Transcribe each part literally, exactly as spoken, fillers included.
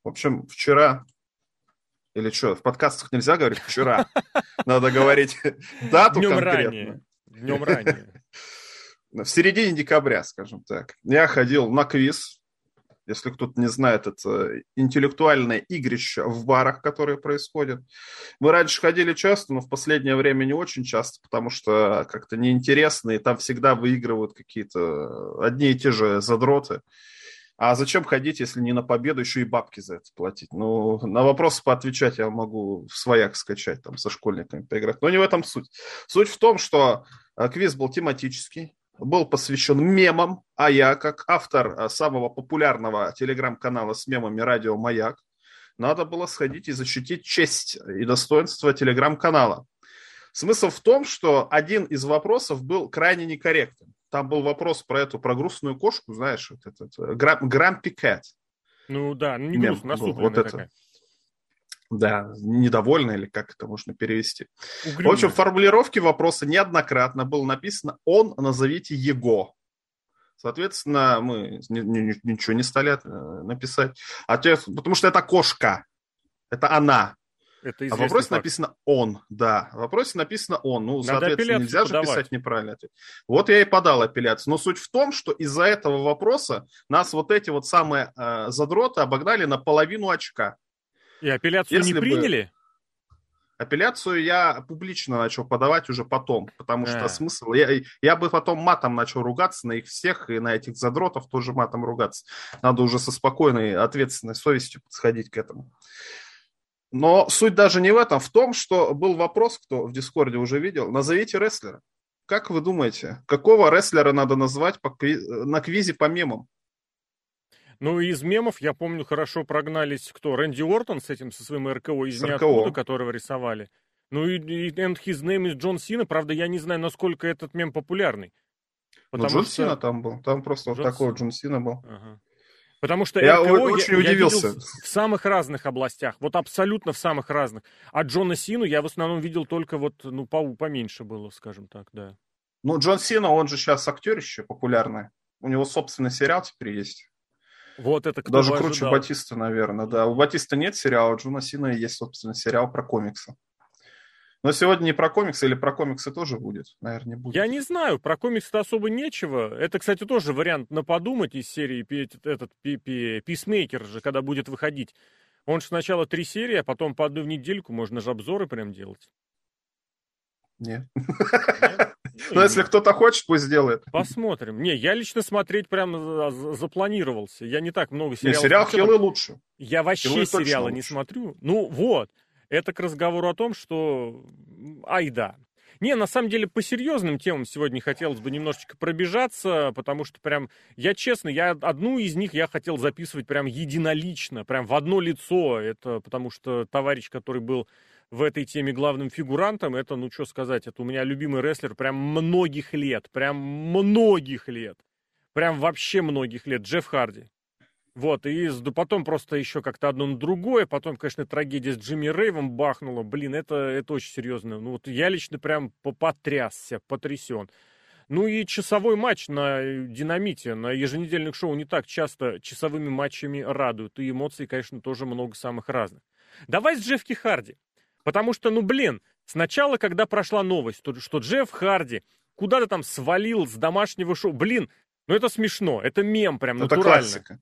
В общем, вчера, или что, в подкастах нельзя говорить вчера, надо говорить дату Днем конкретно. ранее. Днем ранее. В середине декабря, скажем так, я ходил на квиз. Если кто-то не знает, это интеллектуальное игрище в барах, которые происходят. Мы раньше ходили часто, но в последнее время не очень часто, потому что как-то неинтересно, и там всегда выигрывают какие-то одни и те же задроты. А зачем ходить, если не на победу, еще и бабки за это платить? Ну, на вопросы поотвечать я могу в свояк скачать, там, со школьниками поиграть. Но не в этом суть. Суть в том, что квиз был тематический, был посвящен мемам, а я, как автор самого популярного телеграм-канала с мемами «Радио Маяк», надо было сходить и защитить честь и достоинство телеграм-канала. Смысл в том, что один из вопросов был крайне некорректен. Там был вопрос про эту, про грустную кошку, знаешь, вот этот, Grumpy Cat. Ну да, не грустно, насупленная вот это. такая. Да, недовольна, или как это можно перевести. Угрюмая. В общем, в формулировке вопроса неоднократно было написано «Он, назовите его». Соответственно, мы ничего не стали написать. Потому что это кошка. Это она. Это а в вопросе факт. Написано «он». Да, в вопросе написано «он». Ну, Надо соответственно, нельзя же подавать. писать неправильно ответ. Вот я и подал апелляцию. Но суть в том, что из-за этого вопроса нас вот эти вот самые э, задроты обогнали на половину очка. И апелляцию Если не приняли? Апелляцию я публично начал подавать уже потом, потому а. что смысл... Я, я бы потом матом начал ругаться на их всех, и на этих задротов тоже матом ругаться. Надо уже со спокойной, ответственной совестью подходить к этому. Но суть даже не в этом, в том, что был вопрос, кто в Дискорде уже видел, назовите рестлера. Как вы думаете, какого рестлера надо назвать по кви... на квизе по мемам? Ну, из мемов, я помню, хорошо прогнались кто? Рэнди Уортон с этим, со своим эр ка о из ниоткуда, которого рисовали. Ну, и, и and his name is Джон Сина. Правда, я не знаю, насколько этот мем популярный. Ну, Джон что... Сина там был. Там просто Джон вот такой Джон Сина был. Ага. Потому что я эр ка о очень я, удивился. я видел в самых разных областях. Вот абсолютно в самых разных. А Джона Сину я в основном видел только вот, ну, по, поменьше было, скажем так, да. Ну, Джон Сина, он же сейчас актерище популярный. У него собственный сериал теперь есть. Вот это кто Даже бы круче ожидал. Батиста, наверное, да. У Батиста нет сериала, у Джона Сина есть собственный сериал про комиксы. Но сегодня не про комиксы, или про комиксы тоже будет? Наверное, не будет. Я не знаю, про комиксы-то особо нечего. Это, кстати, тоже вариант на подумать из серии этот Писмейкер же, когда будет выходить. Он же сначала три серии, а потом по одной в недельку можно же обзоры прям делать. Нет. Ну, если кто-то хочет, пусть сделает. Посмотрим. Не, я лично смотреть прям запланировался. Я не так много сериалов... Не, сериал Хиллы лучше. Я вообще сериалы не смотрю. Ну, вот. Это к разговору о том, что... Ай да. Не, на самом деле, по серьезным темам сегодня хотелось бы немножечко пробежаться, потому что прям, я честно, я одну из них я хотел записывать прям единолично, прям в одно лицо. Это потому что товарищ, который был в этой теме главным фигурантом, это, ну, что сказать, это у меня любимый рестлер прям многих лет, прям многих лет. Прям вообще многих лет, Джефф Харди. Вот, и потом просто еще как-то одно на другое, потом, конечно, трагедия с Джимми Рейвом бахнула, блин, это, это очень серьезно. Ну, вот я лично прям потрясся, потрясен. Ну и часовой матч на Динамите, на еженедельных шоу не так часто часовыми матчами радуют, и эмоций, конечно, тоже много самых разных. Давай с Джеффки Харди, потому что, ну, блин, сначала, когда прошла новость, что Джефф Харди куда-то там свалил с домашнего шоу, блин, ну это смешно, это мем прям это натурально. Классика.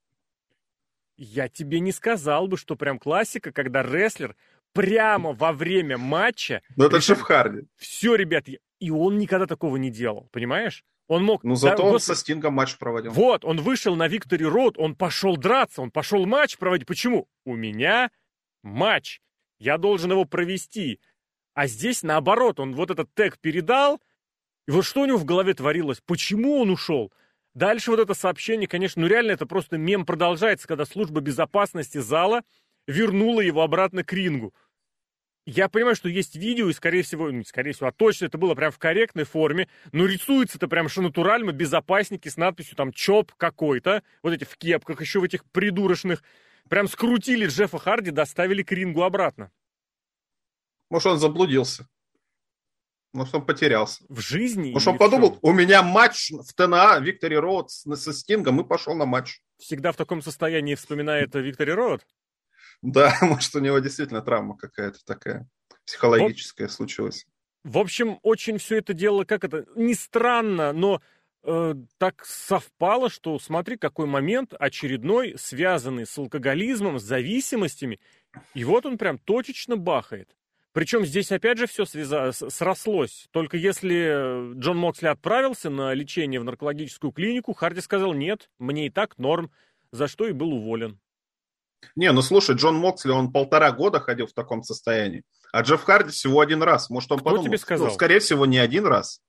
Я тебе не сказал бы, что прям классика, когда рестлер прямо во время матча... Ну, это Джефф Харди. Все, ребят, и он никогда такого не делал, понимаешь? Он мог... Ну, зато да, он со Стингом матч проводил. Вот, он вышел на Victory Road, он пошел драться, он пошел матч проводить. Почему? У меня матч. Я должен его провести. А здесь наоборот, он вот этот тег передал, и вот что у него в голове творилось? Почему он ушел? Дальше вот это сообщение, конечно, ну реально это просто мем продолжается, когда служба безопасности зала вернула его обратно к рингу. Я понимаю, что есть видео, и скорее всего, ну, скорее всего, а точно это было прям в корректной форме, но рисуется это прям что натурально, безопасники с надписью там «ЧОП какой-то», вот эти в кепках, еще в этих придурочных, прям скрутили Джеффа Харди, доставили к рингу обратно. Может, он заблудился. Может, он потерялся. В жизни? Может, он подумал, у меня матч в ТНА Виктори Роуд со Стингом, и пошел на матч. Всегда в таком состоянии вспоминает Виктори Роуд? Да, может, у него действительно травма какая-то такая психологическая случилась. В общем, очень все это дело, как это, не странно, но э, так совпало, что смотри, какой момент очередной, связанный с алкоголизмом, с зависимостями, и вот он прям точечно бахает. Причем здесь опять же все связа... срослось. Только если Джон Моксли отправился на лечение в наркологическую клинику, Харди сказал: нет, мне и так норм, за что и был уволен. Не, ну слушай, Джон Моксли, он полтора года ходил в таком состоянии, а Джефф Харди всего один раз. Может, он Кто подумал, тебе сказал? Ну, скорее всего, не один раз.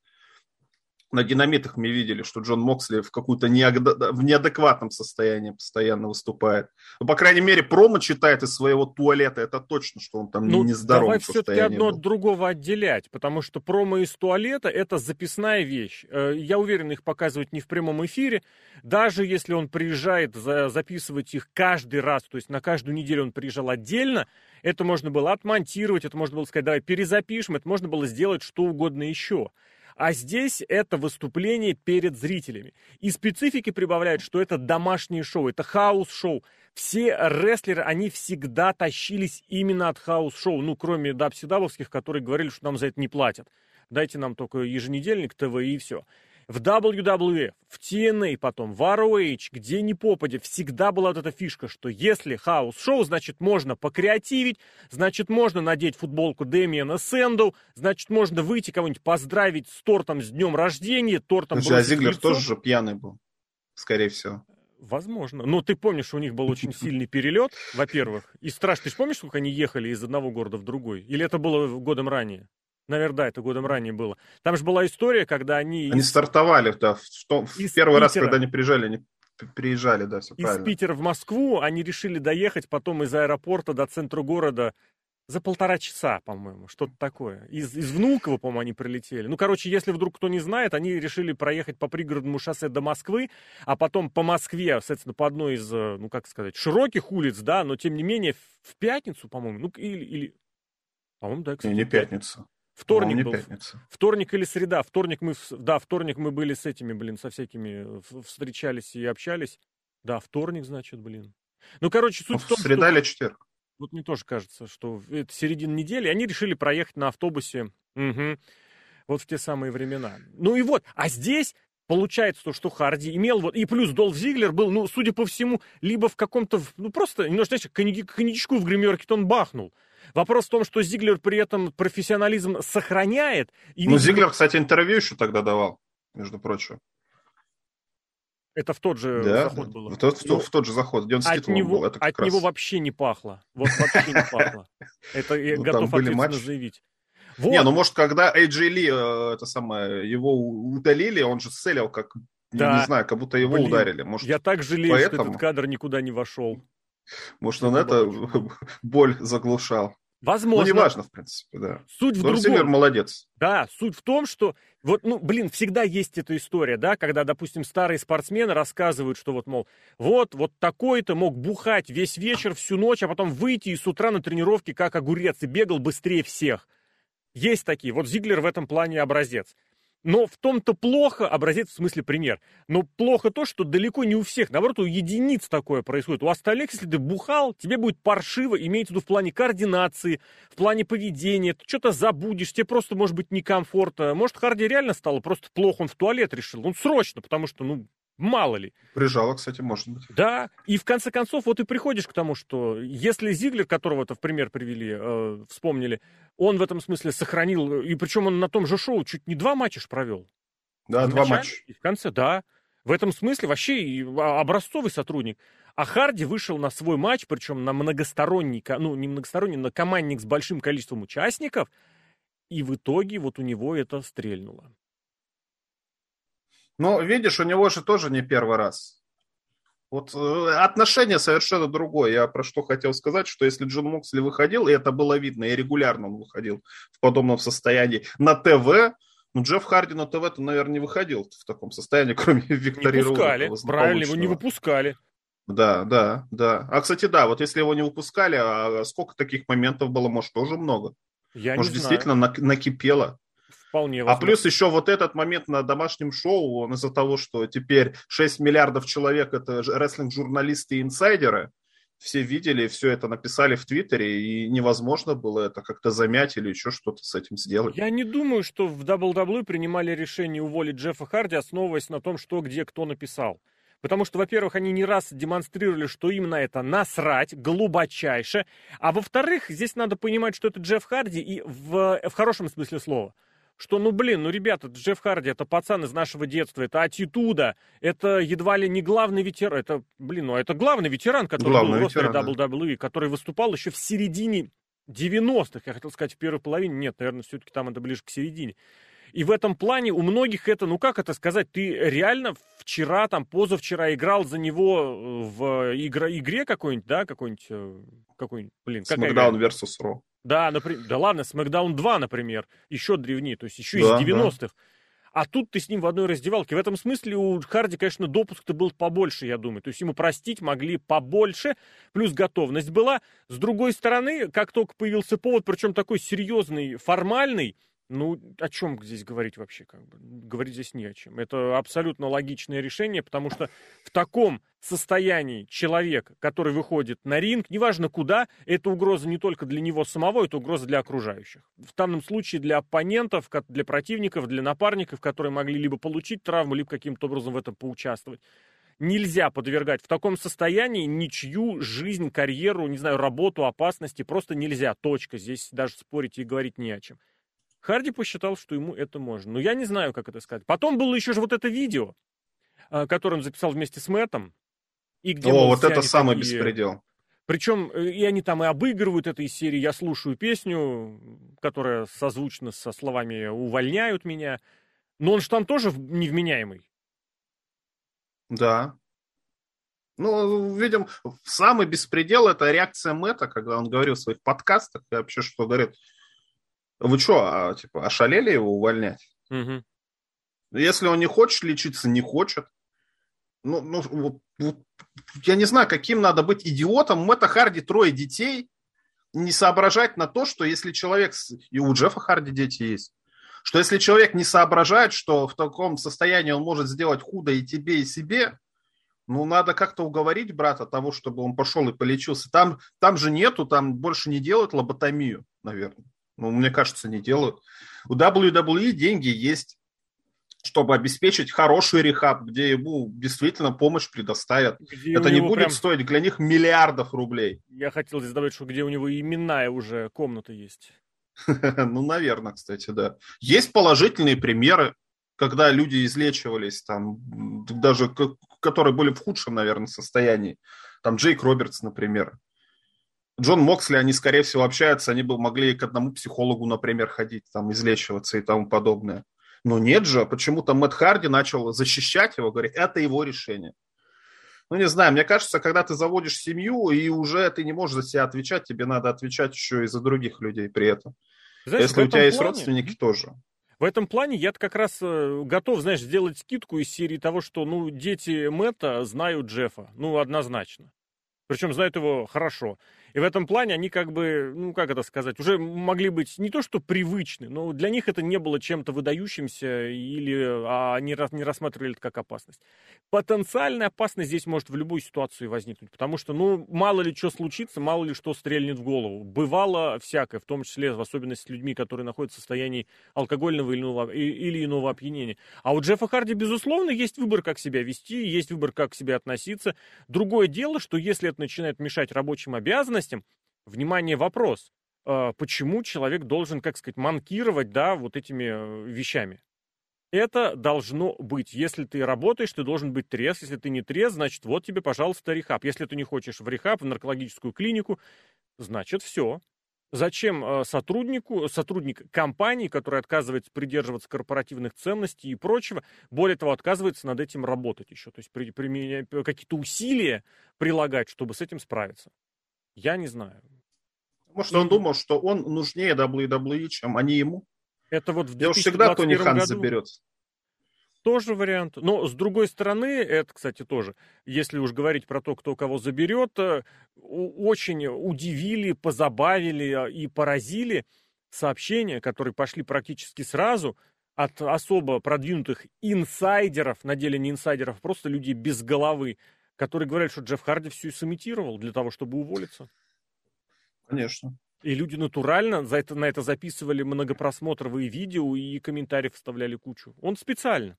На динамитах мы видели, что Джон Моксли в какую-то неад... в неадекватном состоянии постоянно выступает. Ну, по крайней мере, промо читает из своего туалета. Это точно, что он там ну, не здоровом давай состоянии все-таки одно был. от другого отделять, потому что промо из туалета — это записная вещь. Я уверен, их показывать не в прямом эфире. Даже если он приезжает за... записывать их каждый раз, то есть на каждую неделю он приезжал отдельно, это можно было отмонтировать, это можно было сказать: давай перезапишем, это можно было сделать что угодно еще. А здесь это выступление перед зрителями. И специфики прибавляют, что это домашнее шоу, это хаус-шоу. Все рестлеры, они всегда тащились именно от хаус-шоу. Ну, кроме дабсидабовских, которые говорили, что нам за это не платят. Дайте нам только еженедельник, ТВ и все. В дабл ю дабл ю эф, в ти эн эй потом, в ар о эйч, где ни попадя, всегда была вот эта фишка, что если хаус-шоу, значит, можно покреативить, значит, можно надеть футболку Дэмиена Сэндоу, значит, можно выйти кого-нибудь поздравить с тортом, с днем рождения, тортом... Слушай, а Зиглер тоже же пьяный был, скорее всего. Возможно. Но ты помнишь, у них был очень сильный перелет, во-первых. И страшно, ты же помнишь, сколько они ехали из одного города в другой? Или это было годом ранее? Наверное, да, это годом ранее было. Там же была история, когда они... Они из... стартовали, да, в, том, в первый Питера. раз, когда они приезжали, они приезжали, да, все из правильно. Из Питера в Москву они решили доехать потом из аэропорта до центра города за полтора часа, по-моему, что-то такое. Из, из Внуково, по-моему, они прилетели. Ну, короче, если вдруг кто не знает, они решили проехать по пригородному шоссе до Москвы, а потом по Москве, соответственно, по одной из, ну, как сказать, широких улиц, да, но, тем не менее, в пятницу, по-моему, ну, или... или... По-моему, да, кстати. Не, не пятница. Вторник не был. Пятница. Вторник или среда. Вторник мы, да, вторник мы были с этими, блин, со всякими встречались и общались. Да, вторник, значит, блин. Ну, короче, суть ну, в том, среда что... или четверг? Вот мне тоже кажется, что это середина недели. Они решили проехать на автобусе. Угу. Вот в те самые времена. Ну и вот. А здесь получается то, что Харди имел вот... И плюс Долф Зиглер был, ну, судя по всему, либо в каком-то... Ну, просто, немножко, знаешь, коньячку в гримерке-то он бахнул. Вопрос в том, что Зиглер при этом профессионализм сохраняет. И, ну, видимо... Зиглер, кстати, интервью еще тогда давал, между прочим. Это в тот же да, заход да. было. В тот, ну, в тот же заход, где он с от титулом него, был. Это от раз... него вообще не пахло. Вот вообще не пахло. Это я ну, готов ответственно заявить. Вот. Не, ну может, когда Эй Джей Ли, это самое, его удалили, он же целил, как, да. не, не знаю, как будто его Блин, ударили. Может, я так жалею, поэтому... что этот кадр никуда не вошел. Может, он это боль заглушал. Возможно. Ну, неважно, в принципе, да. Суть в другом. Зиглер молодец. Да, суть в том, что вот, ну, блин, всегда есть эта история, да, когда, допустим, старые спортсмены рассказывают, что вот, мол, вот, вот такой-то мог бухать весь вечер, всю ночь, а потом выйти и с утра на тренировке как огурец и бегал быстрее всех. Есть такие. Вот Зиглер в этом плане образец. Но в том-то плохо, образец в смысле пример, но плохо то, что далеко не у всех, наоборот, у единиц такое происходит. У остальных, если ты бухал, тебе будет паршиво, имеется в виду в плане координации, в плане поведения, ты что-то забудешь, тебе просто, может быть, некомфортно. Может, Харди реально стало просто плохо, он в туалет решил, он срочно, потому что, ну, мало ли. Прижало, кстати, может быть. Да, и в конце концов вот и приходишь к тому, что если Зиглер, которого-то в пример привели, э, вспомнили, он в этом смысле сохранил, и причем он на том же шоу чуть не два матча провел. Да, в два начале, матча. И в конце, да. В этом смысле вообще образцовый сотрудник. А Харди вышел на свой матч, причем на многосторонний, ну не многосторонний, на командник с большим количеством участников, и в итоге вот у него это стрельнуло. Ну, видишь, у него же тоже не первый раз. Вот э, отношение совершенно другое. Я про что хотел сказать, что если Джон Моксли выходил, и это было видно, и регулярно он выходил в подобном состоянии на ТВ, ну, Джефф Харди на ТВ-то, наверное, не выходил в таком состоянии, кроме Виктори Роуд. Не пускали, правильно, его не выпускали. Да, да, да. А, кстати, да, вот если его не выпускали, а сколько таких моментов было, может, тоже много? Я может, не действительно знаю. накипело. Вполне возможно. А плюс еще вот этот момент на домашнем шоу, он из-за того, что теперь шесть миллиардов человек это рестлинг-журналисты и инсайдеры, все видели, все это написали в Твиттере, и невозможно было это как-то замять или еще что-то с этим сделать. Я не думаю, что в дабл ю дабл ю и принимали решение уволить Джеффа Харди, основываясь на том, что где кто написал. Потому что, во-первых, они не раз демонстрировали, что им на это насрать, глубочайше. А во-вторых, здесь надо понимать, что это Джефф Харди, и в, в хорошем смысле слова. Что, ну, блин, ну, ребята, Джефф Харди, это пацан из нашего детства, это аттитуда, это едва ли не главный ветеран, это, блин, ну, это главный ветеран, который главный был в ростере дабл ю дабл ю и, который выступал еще в середине девяностых, я хотел сказать, в первой половине, нет, наверное, все-таки там это ближе к середине. И в этом плане у многих это, ну как это сказать, ты реально вчера, там, позавчера играл за него в игра, игре какой-нибудь, да, какой-нибудь, какой-нибудь, блин. SmackDown versus Raw. Да, например, да ладно, SmackDown два, например, еще древнее, то есть еще да, из девяностых. Да. А тут ты с ним в одной раздевалке. В этом смысле у Харди, конечно, допуск-то был побольше, я думаю. То есть ему простить могли побольше, плюс готовность была. С другой стороны, как только появился повод, причем такой серьезный, формальный, ну, о чем здесь говорить вообще? Как бы? Говорить здесь не о чем. Это абсолютно логичное решение, потому что в таком состоянии человек, который выходит на ринг, неважно куда, это угроза не только для него самого, это угроза для окружающих. В данном случае для оппонентов, для противников, для напарников, которые могли либо получить травму, либо каким-то образом в этом поучаствовать. Нельзя подвергать в таком состоянии ничью жизнь, карьеру, не знаю, работу, опасности. Просто нельзя. Точка. Здесь даже спорить и говорить не о чем. Харди посчитал, что ему это можно. Но я не знаю, как это сказать. Потом было еще же вот это видео, которое он записал вместе с Мэттом. И где, О, мол, вот это самый такие... беспредел. Причем и они там и обыгрывают этой серии. Я слушаю песню, которая созвучна со словами «увольняют меня». Но он же там тоже невменяемый. Да. Ну, видим, самый беспредел — это реакция Мэтта, когда он говорил в своих подкастах, и вообще что говорит... Вы что, а, типа, ошалели его увольнять? Угу. Если он не хочет лечиться, не хочет. Ну, ну вот, вот, я не знаю, каким надо быть идиотом. У Мэтта Харди трое детей. Не соображать на то, что если человек... И у Джеффа Харди дети есть. Что если человек не соображает, что в таком состоянии он может сделать худо и тебе, и себе, ну, надо как-то уговорить брата того, чтобы он пошел и полечился. Там, там же нету, там больше не делают лоботомию, наверное. Ну, мне кажется, не делают. У дабл ю дабл ю и деньги есть, чтобы обеспечить хороший рехаб, где ему действительно помощь предоставят. Где это не будет прям... стоить для них миллиардов рублей. Я хотел здесь добавить, что где у него именная уже комната есть. Ну, наверное, кстати, да. Есть положительные примеры, когда люди излечивались, там, даже которые были в худшем, наверное, состоянии. Там Джейк Робертс, например. Джон Моксли, они, скорее всего, общаются, они бы могли к одному психологу, например, ходить, там, излечиваться и тому подобное. Но нет же, почему-то Мэтт Харди начал защищать его, говорит, это его решение. Ну, не знаю, мне кажется, когда ты заводишь семью, и уже ты не можешь за себя отвечать, тебе надо отвечать еще и за других людей при этом. Знаешь, если у тебя есть плане... родственники, тоже. В этом плане я как раз готов, знаешь, сделать скидку из серии того, что, ну, дети Мэтта знают Джеффа, ну, однозначно. Причем знают его хорошо. И в этом плане они как бы, ну как это сказать, уже могли быть не то что привычны, но для них это не было чем-то выдающимся, или а они не рассматривали это как опасность. Потенциальная опасность здесь может в любой ситуации возникнуть, потому что, ну, мало ли что случится, мало ли что стрельнет в голову. Бывало всякое, в том числе, в особенности с людьми, которые находятся в состоянии алкогольного или иного, или иного опьянения. А у Джеффа Харди, безусловно, есть выбор, как себя вести, есть выбор, как к себе относиться. Другое дело, что если это начинает мешать рабочим обязанностям, внимание, вопрос, почему человек должен, как сказать, манкировать, да, вот этими вещами? Это должно быть. Если ты работаешь, ты должен быть трезв. Если ты не трезв, значит, вот тебе, пожалуйста, рехаб. Если ты не хочешь в рехаб, в наркологическую клинику, значит, все. Зачем сотруднику, сотрудник компании, который отказывается придерживаться корпоративных ценностей и прочего, более того, отказывается над этим работать еще, то есть при, при, какие-то усилия прилагать, чтобы с этим справиться? Я не знаю. Может, он думал, что он нужнее дабл ю дабл ю и, чем они ему? Это вот в две тысячи двадцать первом всегда Тони Хан заберет. Тоже вариант. Но, с другой стороны, это, кстати, тоже, если уж говорить про то, кто кого заберет, очень удивили, позабавили и поразили сообщения, которые пошли практически сразу от особо продвинутых инсайдеров, на деле не инсайдеров, а просто людей без головы, которые говорят, что Джефф Харди все сымитировал для того, чтобы уволиться. Конечно. И люди натурально за это, на это записывали многопросмотровые видео и комментарии вставляли кучу. Он специально.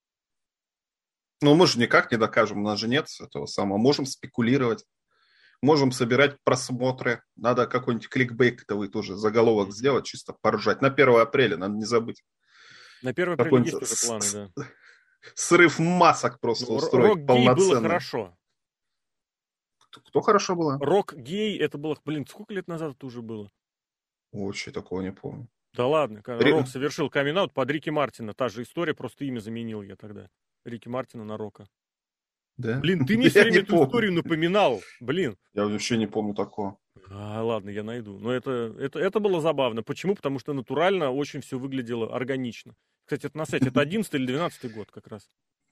Ну, мы же никак не докажем, у нас же нет этого самого. Можем спекулировать, можем собирать просмотры. Надо какой-нибудь кликбейтовый тоже заголовок сделать, чисто поржать. На первое апреля, надо не забыть. На первое апреля есть уже планы, да. Срыв масок просто ну, устроить полноценный. Рок-гей было хорошо. Кто, кто хорошо было? Рок-гей, это было, блин, сколько лет назад это уже было? Вообще такого не помню. Да ладно, когда Ри... Рок совершил камин-аут под Рики Мартина. Та же история, просто имя заменил я тогда. Рики Мартина на Рока. Да? Блин, ты мне все время эту помню. историю напоминал. Блин. Я вообще не помню такого. А, ладно, я найду. Но это, это, это было забавно. Почему? Потому что натурально очень все выглядело органично. Кстати, это на сайте, это одиннадцатый или двенадцатый год как раз.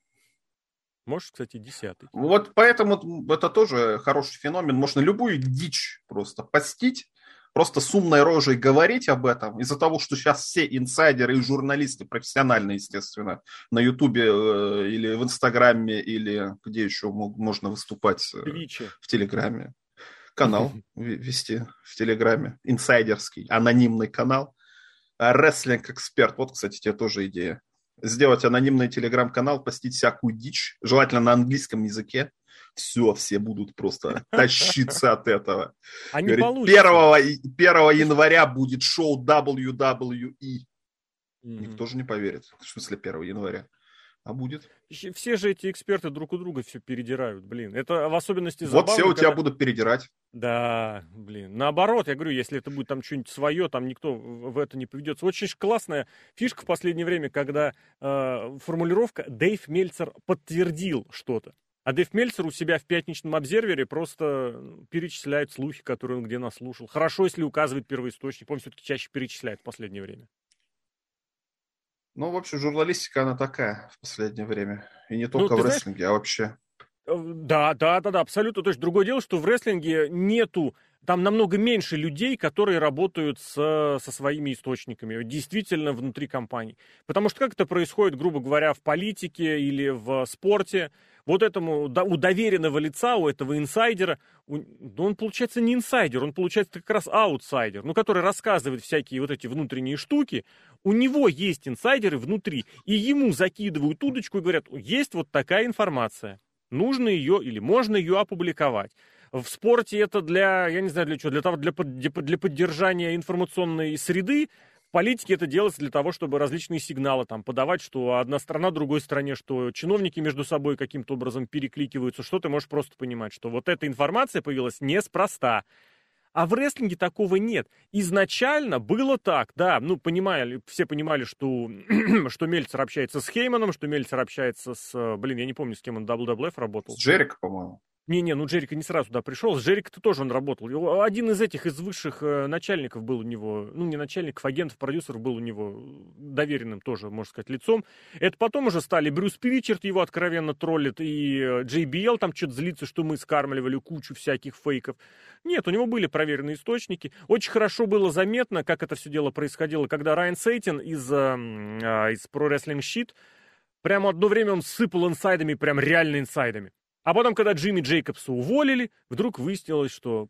Может, кстати, десятый. Вот поэтому это тоже хороший феномен. Можно любую дичь просто постить, просто с умной рожей говорить об этом. Из-за того, что сейчас все инсайдеры и журналисты, профессиональные, естественно, на Ютубе э, или в Инстаграме, или где еще можно выступать э, в Телеграме. Канал вести в Телеграме. Инсайдерский, анонимный канал. Рестлинг-эксперт. Вот, кстати, тебе тоже идея. Сделать анонимный телеграм-канал, постить всякую дичь, желательно на английском языке. Все, все будут просто тащиться от этого. А не получится. первого января будет шоу дабл ю дабл ю и. Mm-hmm. Никто же не поверит. В смысле первого января? А будет. Все же эти эксперты друг у друга все передирают, блин. Это в особенности забавно. Вот все у когда... тебя будут передирать. Да, блин. Наоборот, я говорю, если это будет там что-нибудь свое, там никто в это не поведется. Очень классная фишка в последнее время, когда э, формулировка «Дэйв Мельцер подтвердил что-то». А Дэйв Мельцер у себя в пятничном обзервере просто перечисляет слухи, которые он где наслушал. Хорошо, если указывает первоисточник. Он все-таки чаще перечисляет в последнее время. Ну, в общем, журналистика, она такая в последнее время. И не только ну, в рестлинге, знаешь, а вообще. Да, да, да, да, абсолютно. То есть другое дело, что в рестлинге нету, там намного меньше людей, которые работают с, со своими источниками, действительно внутри компаний. Потому что как это происходит, грубо говоря, в политике или в спорте, вот этому, у доверенного лица, у этого инсайдера, он, получается, не инсайдер, он, получается, как раз аутсайдер, ну, который рассказывает всякие вот эти внутренние штуки. У него есть инсайдеры внутри, и ему закидывают удочку и говорят, есть вот такая информация, нужно ее или можно ее опубликовать. В спорте это для, я не знаю для чего, для того, для, для, для поддержания информационной среды. В политике это делается для того, чтобы различные сигналы там подавать, что одна страна другой стране, что чиновники между собой каким-то образом перекликиваются, что ты можешь просто понимать, что вот эта информация появилась неспроста. А в рестлинге такого нет. Изначально было так, да, ну, понимали, все понимали, что, что Мельцер общается с Хейманом, что Мельцер общается с, блин, я не помню, с кем он в дабл ю дабл ю эф работал. С Джерико, по-моему. Не-не, ну Джерико не сразу туда пришел, с Джерико-то тоже он работал. Один из этих, из высших э, начальников был у него, ну не начальников, агентов, продюсеров был у него доверенным тоже, можно сказать, лицом. Это потом уже стали Брюс Причард, его откровенно троллит, и Джей Би Эл там что-то злится, что мы скармливали кучу всяких фейков. Нет, у него были проверенные источники. Очень хорошо было заметно, как это все дело происходило, когда Райан Сейтин из, э, э, из Pro Wrestling Sheet, прямо одно время он сыпал инсайдами, прям реально инсайдами. А потом, когда Джимми Джейкобса уволили, вдруг выяснилось, что...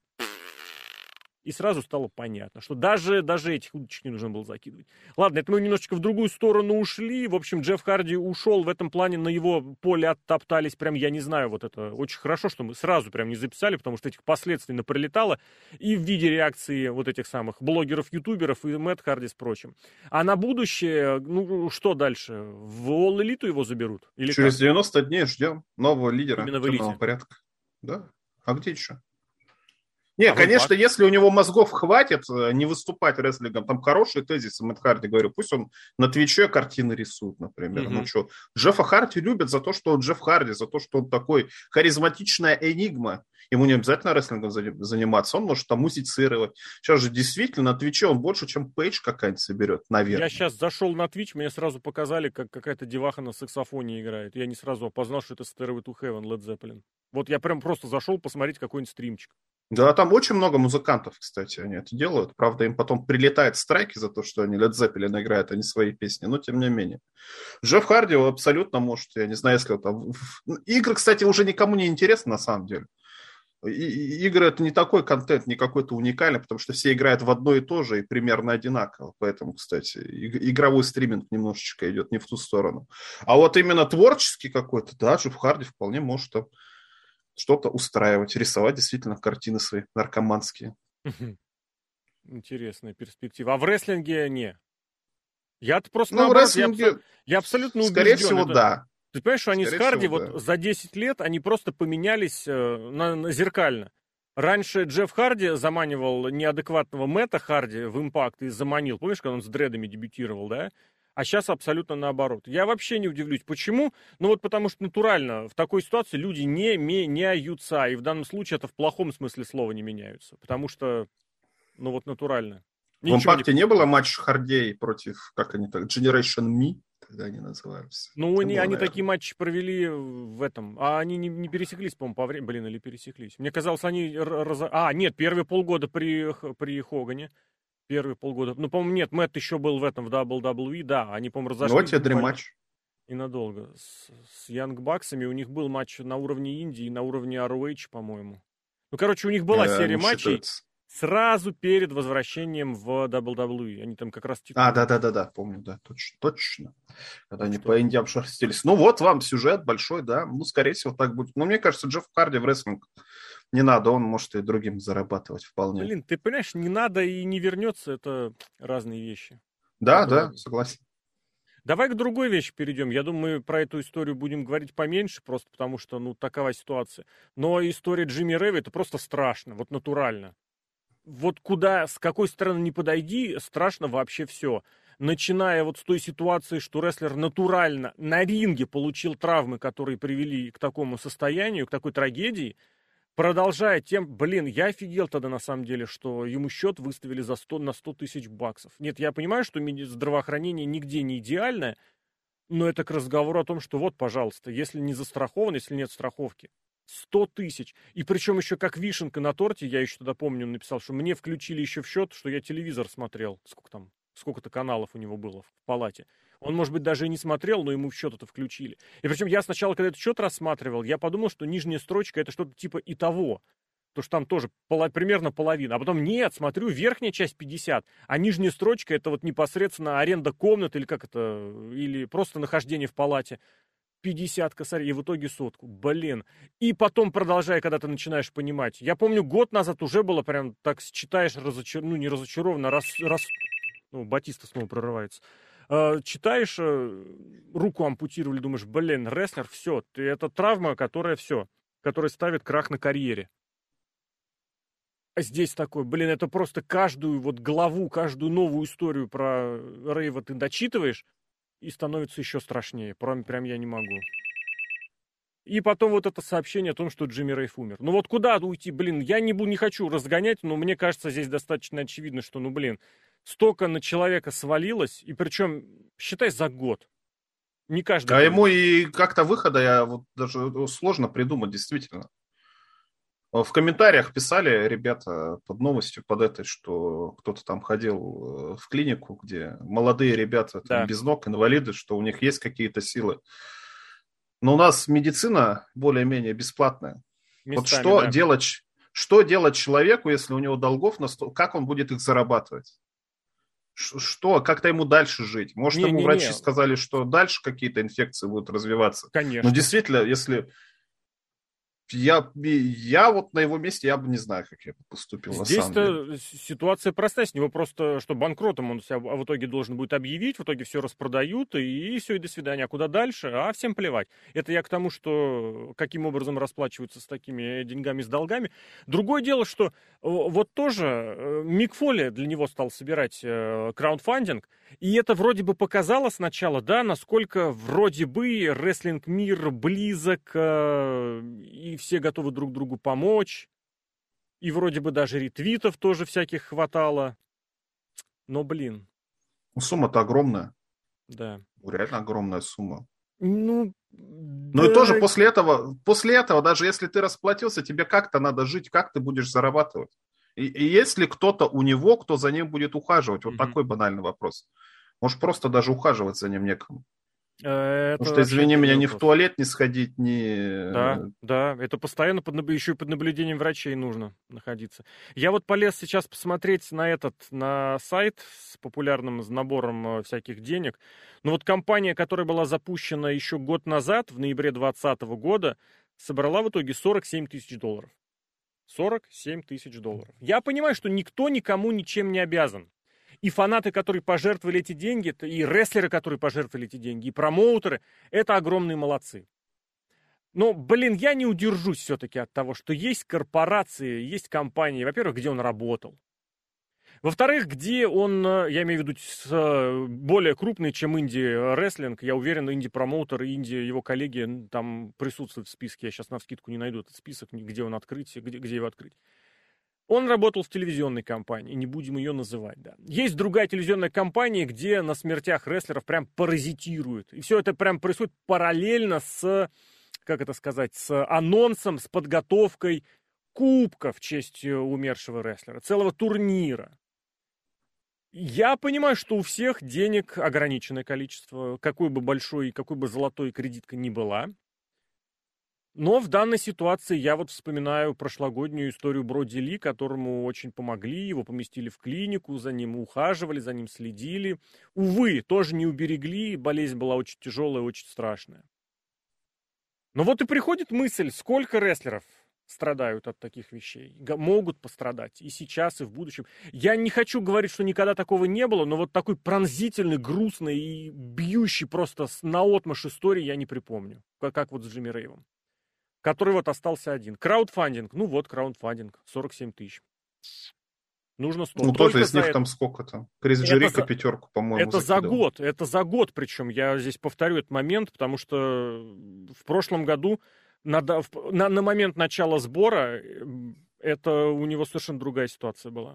И сразу стало понятно, что даже, даже этих удочек не нужно было закидывать. Ладно, это мы немножечко в другую сторону ушли. В общем, Джефф Харди ушел в этом плане, на его поле оттоптались. Прям, я не знаю, вот это очень хорошо, что мы сразу прям не записали, потому что этих последствий наприлетало. И в виде реакции вот этих самых блогеров, ютуберов и Мэтт Харди с прочим. А на будущее, ну, что дальше? В All Elite его заберут? Или Через как? девяносто дней ждем нового лидера Именно в темного Элите. порядка. Да. А где еще? Не, а конечно, если у него мозгов хватит не выступать рестлингом, там хорошие тезисы Мэтт Харди, говорю, пусть он на Твиче картины рисует, например. Mm-hmm. Ну что, Джеффа Харди любят за то, что он Джефф Харди, за то, что он такой харизматичная энигма. Ему не обязательно рестлингом заниматься, он может там музицировать. Сейчас же действительно на Твиче он больше, чем Пейдж какая-нибудь соберет, наверное. Я сейчас зашел на Twitch, мне сразу показали, как какая-то деваха на саксофоне играет. Я не сразу опознал, что это Stairway to Heaven, Led Zeppelin. Вот я прям просто зашел посмотреть какой-нибудь стримчик. Да, там Там очень много музыкантов, кстати, они это делают. Правда, им потом прилетают страйки за то, что они Led Zeppelin играют, а не свои песни. Но тем не менее. Джефф Харди абсолютно может, я не знаю, если там... Игры, кстати, уже никому не интересны на самом деле. И, игры это не такой контент, не какой-то уникальный, потому что все играют в одно и то же и примерно одинаково. Поэтому, кстати, игровой стриминг немножечко идет не в ту сторону. А вот именно творческий какой-то, да, Джефф Харди вполне может там что-то устраивать, рисовать действительно картины свои наркоманские. Интересная перспектива. А в рестлинге не. Я-то просто ну, наоборот, в рестлинге, я, я абсолютно убежден. Скорее всего, это... да. Ты понимаешь, что они Скорее с Харди всего, вот да. за десять лет, они просто поменялись э, на, на зеркально. Раньше Джефф Харди заманивал неадекватного Мэтта Харди в Импакт и заманил. Помнишь, когда он с дредами дебютировал, да? А сейчас абсолютно наоборот. Я вообще не удивлюсь. Почему? Ну вот потому что натурально в такой ситуации люди не меняются. И в данном случае это в плохом смысле слова не меняются. Потому что, ну вот натурально. В Импакте не, не было матча Хардей против, как они так, Generation Me? Когда они называются. Ну, они, было, они такие матчи провели в этом. А они не, не пересеклись, по-моему, по времени. Блин, или пересеклись. Мне казалось, они... Раз... А, нет, первые полгода при, при Хогане. Первые полгода. Ну, по-моему, нет, Мэтт еще был в этом, в дабл ю дабл ю и. Да, они, по-моему, разошлись. Вот тебе дрематч. И надолго. С, с Янг Баксами у них был матч на уровне Индии, на уровне ар о эйч, по-моему. Ну, короче, у них была э, серия матчей... Считается. Сразу перед возвращением в дабл ю дабл ю и. Они там как раз... Титул... А, да-да-да, помню, да, точно, точно. Когда они по Индиям шерстились. Ну вот вам сюжет большой, да, ну, скорее всего, так будет. Но мне кажется, Джефф Харди в рестлинг не надо, он может и другим зарабатывать вполне. Блин, ты понимаешь, не надо и не вернется, это разные вещи. Да, это да, разные. Согласен. Давай к другой вещи перейдем. Я думаю, мы про эту историю будем говорить поменьше, просто потому что, ну, такова ситуация. Но история Джимми Рэви, это просто страшно, вот натурально. Вот куда, с какой стороны не подойди, страшно вообще все. Начиная вот с той ситуации, что рестлер натурально на ринге получил травмы, которые привели к такому состоянию, к такой трагедии, продолжая тем, блин, я офигел тогда на самом деле, что ему счет выставили за сто, на сто тысяч баксов. Нет, я понимаю, что здравоохранение нигде не идеальное, но это к разговору о том, что вот, пожалуйста, если не застрахован, если нет страховки, сто тысяч. И причем еще как вишенка на торте, я еще тогда помню, он написал, что мне включили еще в счет, что я телевизор смотрел. Сколько там, сколько-то каналов у него было в палате. Он, может быть, даже и не смотрел, но ему в счет это включили. И причем я сначала, когда этот счет рассматривал, я подумал, что нижняя строчка это что-то типа и того. Потому что там тоже поло, примерно половина. А потом нет, смотрю, верхняя часть пятьдесят, а нижняя строчка это вот непосредственно аренда комнаты или как это, или просто нахождение в палате. пятьдесят косарей, и в итоге сотку. Блин. И потом, продолжая, когда ты начинаешь понимать. Я помню, год назад уже было прям так, читаешь, разочар... ну, не разочарованно, раз... раз... Ну, Батиста снова прорывается. Э, читаешь, э, руку ампутировали, думаешь, блин, рестлер, все. Ты, это травма, которая все, которая ставит крах на карьере. А здесь такой, блин, это просто каждую вот главу, каждую новую историю про Рейва ты дочитываешь, и становится еще страшнее. Прям, прям я не могу. И потом вот это сообщение о том, что Джимми Рейв умер. Ну вот куда уйти, блин, я не, не хочу разгонять, но мне кажется, здесь достаточно очевидно, что, ну, блин, столько на человека свалилось, и причем, считай, за год. Не каждый. А ему и как-то выхода я вот даже сложно придумать, действительно. В комментариях писали ребята под новостью, под этой, что кто-то там ходил в клинику, где молодые ребята там, да. без ног, инвалиды, что у них есть какие-то силы. Но у нас медицина более-менее бесплатная. Местами, вот что, да. делать, что делать человеку, если у него долгов на сто, как он будет их зарабатывать? Что, как-то ему дальше жить? Может, не, ему не, врачи не. сказали, что дальше какие-то инфекции будут развиваться? Конечно. Но действительно, если... Я, я вот на его месте, я бы не знаю, как я бы поступил на самом деле. Здесь-то ситуация простая, с него просто, что банкротом он себя в итоге должен будет объявить, в итоге все распродают, и, и все, и до свидания. А куда дальше? А всем плевать. Это я к тому, что каким образом расплачиваются с такими деньгами, с долгами. Другое дело, что вот тоже Мик Фоли для него стал собирать краундфандинг, и это вроде бы показало сначала, да, насколько вроде бы рестлинг-мир близок, и все готовы друг другу помочь. И вроде бы даже ретвитов тоже всяких хватало. Но, блин. Сумма-то огромная. Да. Реально огромная сумма. Ну, Ну и тоже после этого, после этого, даже если ты расплатился, тебе как-то надо жить, как ты будешь зарабатывать. И, и есть ли кто-то у него, кто за ним будет ухаживать? Вот mm-hmm. такой банальный вопрос. Может, просто даже ухаживать за ним некому. Это Потому что, извини меня, вопрос. Ни в туалет не сходить, ни... Да, да, это постоянно под, еще и под наблюдением врачей нужно находиться. Я вот полез сейчас посмотреть на этот, на сайт с популярным набором всяких денег. Ну вот компания, которая была запущена еще год назад, в ноябре двадцатого года, собрала в итоге сорок семь тысяч долларов. сорок семь тысяч долларов. Я понимаю, что никто никому ничем не обязан. И фанаты, которые пожертвовали эти деньги, и рестлеры, которые пожертвовали эти деньги, и промоутеры, это огромные молодцы. Но, блин, я не удержусь все-таки от того, что есть корпорации, есть компании, во-первых, где он работал. Во-вторых, где он, я имею в виду, более крупный, чем инди-рестлинг. Я уверен, инди-промоутер и инди, его коллеги там присутствуют в списке. Я сейчас навскидку не найду этот список, где он открыть, где, где его открыть. Он работал в телевизионной компании, не будем ее называть, да. Есть другая телевизионная компания, где на смертях рестлеров прям паразитируют. И все это прям происходит параллельно с, как это сказать, с анонсом, с подготовкой кубка в честь умершего рестлера, целого турнира. Я понимаю, что у всех денег ограниченное количество, какой бы большой и какой бы золотой кредитка ни была. Но в данной ситуации я вот вспоминаю прошлогоднюю историю Броди Ли, которому очень помогли, его поместили в клинику, за ним ухаживали, за ним следили. Увы, тоже не уберегли, болезнь была очень тяжелая, очень страшная. Но вот и приходит мысль, сколько рестлеров страдают от таких вещей, могут пострадать и сейчас, и в будущем. Я не хочу говорить, что никогда такого не было, но вот такой пронзительный, грустный и бьющий просто наотмашь истории я не припомню, как, как вот с Джимми Рейвом, который вот остался один. Краудфандинг, ну вот краудфандинг, сорок семь тысяч. Нужно сто. Ну тоже из них это... там сколько-то? Крис Джерико за... пятерку, по-моему, Это закидал. за год, это за год причем. Я здесь повторю этот момент, потому что в прошлом году на, на, на момент начала сбора это у него совершенно другая ситуация была.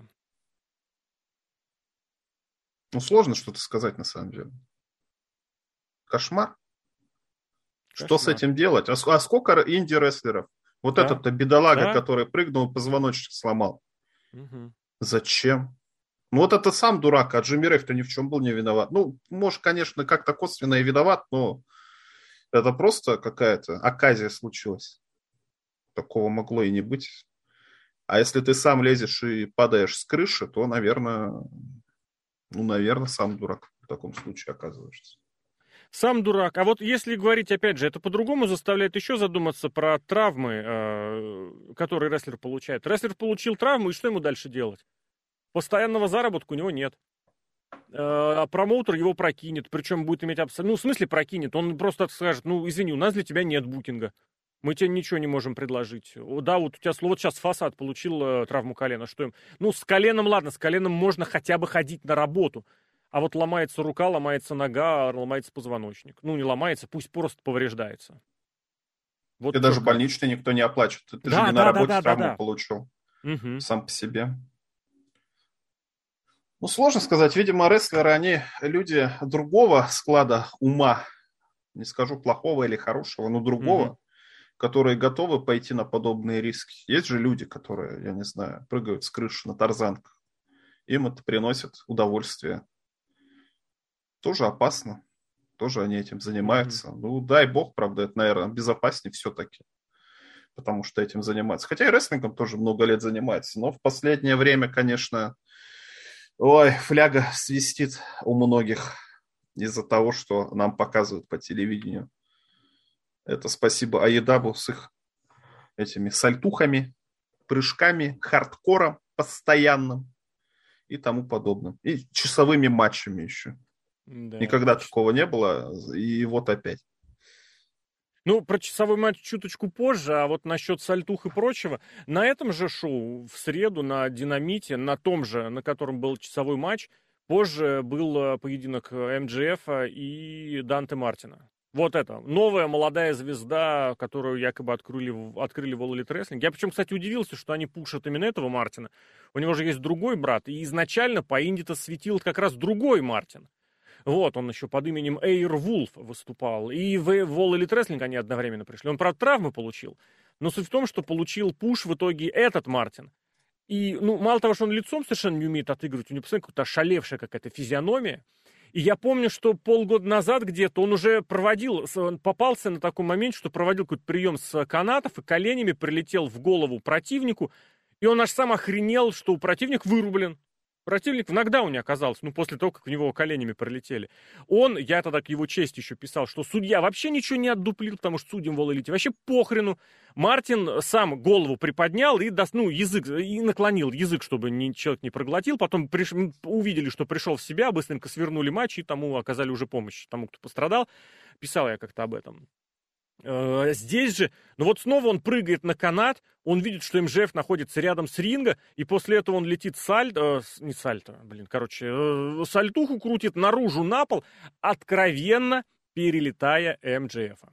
Ну сложно что-то сказать на самом деле. Кошмар. Кошмар. Что с этим делать? А, а сколько инди-рестлеров? Вот да. этот-то бедолага, да. который прыгнул, позвоночник сломал. Угу. Зачем? Ну вот это сам дурак, а Джимми Рейв-то ни в чем был не виноват. Ну, может, конечно, как-то косвенно и виноват, но это просто какая-то оказия случилась. Такого могло и не быть. А если ты сам лезешь и падаешь с крыши, то, наверное, ну, наверное, сам дурак в таком случае оказываешься. Сам дурак. А вот если говорить, опять же, это по-другому заставляет еще задуматься про травмы, э, которые рестлер получает. Рестлер получил травму, и что ему дальше делать? Постоянного заработка у него нет. Э, а промоутер его прокинет, причем будет иметь абсолютно... Ну, в смысле прокинет? Он просто скажет, ну, извини, у нас для тебя нет букинга. Мы тебе ничего не можем предложить. Да, вот у тебя вот сейчас Фасад получил э, травму колена. Что им? Ну, с коленом, ладно, с коленом можно хотя бы ходить на работу. А вот ломается рука, ломается нога, ломается позвоночник. Ну, не ломается, пусть просто повреждается. Вот и даже больничный никто не оплачивает. Ты да, же не да, на работе да, да, травму да, да. получил. Угу. Сам по себе. Ну, сложно сказать. Видимо, рестлеры, они люди другого склада ума. Не скажу плохого или хорошего, но другого. Угу. Которые готовы пойти на подобные риски. Есть же люди, которые, я не знаю, прыгают с крыши на тарзанках. Им это приносит удовольствие. Тоже опасно. Тоже они этим занимаются. Mm-hmm. Ну, дай бог, правда, это, наверное, безопаснее все-таки. Потому что этим занимаются. Хотя и рестлингом тоже много лет занимается. Но в последнее время, конечно, ой, фляга свистит у многих из-за того, что нам показывают по телевидению. Это спасибо Аедабу с их этими сальтухами, прыжками, хардкором постоянным и тому подобным. И часовыми матчами еще. Да, никогда точно. Такого не было, и вот опять. Ну, про часовой матч чуточку позже, а вот насчет сальтух и прочего, на этом же шоу в среду на Динамите, на том же, на котором был часовой матч, позже был поединок эм джей эф и Данте Мартина. Вот это, новая молодая звезда, которую якобы открыли, открыли в All Elite Wrestling. Я причем, кстати, удивился, что они пушат именно этого Мартина. У него же есть другой брат, и изначально по инди-то светил как раз другой Мартин. Вот, он еще под именем Airwolf выступал. И в All Elite Wrestling они одновременно пришли. Он, правда, травмы получил. Но суть в том, что получил пуш в итоге этот Мартин. И, ну, мало того, что он лицом совершенно не умеет отыгрывать, у него, постоянно какая-то ошалевшая какая-то физиономия. И я помню, что полгода назад где-то он уже проводил, он попался на такой момент, что проводил какой-то прием с канатов и коленями прилетел в голову противнику. И он аж сам охренел, что противник вырублен. Противник в нокдауне оказался, ну, после того, как в него коленями пролетели. Он, я тогда к его чести еще писал, что судья вообще ничего не отдуплил, потому что судьям в All Elite вообще похрену. Мартин сам голову приподнял и, ну, язык, и наклонил язык, чтобы ни, человек не проглотил. Потом приш... увидели, что пришел в себя, быстренько свернули матч, и тому оказали уже помощь, тому, кто пострадал. Писал я как-то об этом. Здесь же, ну вот снова он прыгает на канат, он видит, что эм джей эф находится рядом с ринга, и после этого он летит сальто, э, не сальто, блин, короче, э, сальтуху крутит наружу на пол, откровенно перелетая эм джей эф.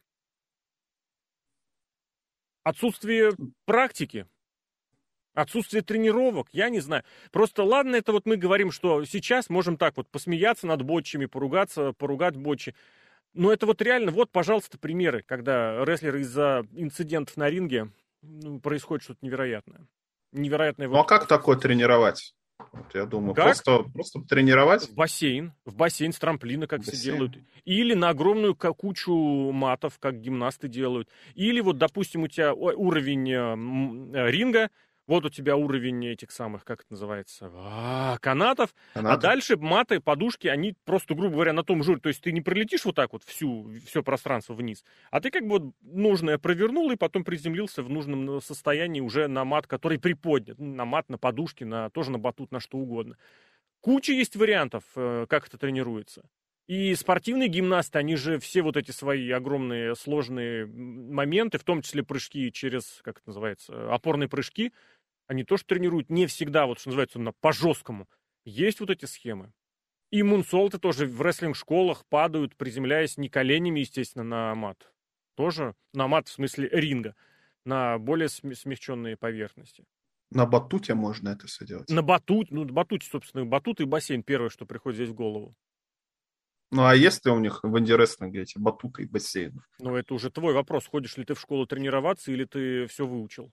Отсутствие практики, отсутствие тренировок, я не знаю. Просто ладно, это вот мы говорим, что сейчас можем так вот посмеяться над ботчами, поругаться, поругать ботчи. Но это вот реально, вот, пожалуйста, примеры, когда рестлеры из-за инцидентов на ринге, ну, происходит что-то невероятное. Невероятное. Ну, вот... а как такое тренировать? Вот, я думаю, как? просто, просто тренировать? В бассейн, в бассейн с трамплина, как все делают. Или на огромную кучу матов, как гимнасты делают. Или вот, допустим, у тебя уровень э, ринга, вот у тебя уровень этих самых, как это называется, а, канатов, Канаты. А дальше маты, подушки, они просто, грубо говоря, на том журе. То есть ты не пролетишь вот так вот всю, все пространство вниз, а ты как бы вот нужное провернул и потом приземлился в нужном состоянии уже на мат, который приподнят. На мат, на подушки, на, тоже на батут, на что угодно. Куча есть вариантов, как это тренируется. И спортивные гимнасты, они же все вот эти свои огромные сложные моменты, в том числе прыжки через, как это называется, опорные прыжки, они тоже тренируют не всегда, вот что называется, на по-жесткому. Есть вот эти схемы. И мунсолты тоже в рестлинг-школах падают, приземляясь не коленями, естественно, на мат. Тоже на мат, в смысле ринга, на более смягченные поверхности. На батуте можно это все делать? На батуте, ну, батуте, собственно, батут и бассейн первое, что приходит здесь в голову. Ну, а есть ли у них в инди-рестлинге эти батуты и бассейны? Ну, это уже твой вопрос. Ходишь ли ты в школу тренироваться, или ты все выучил?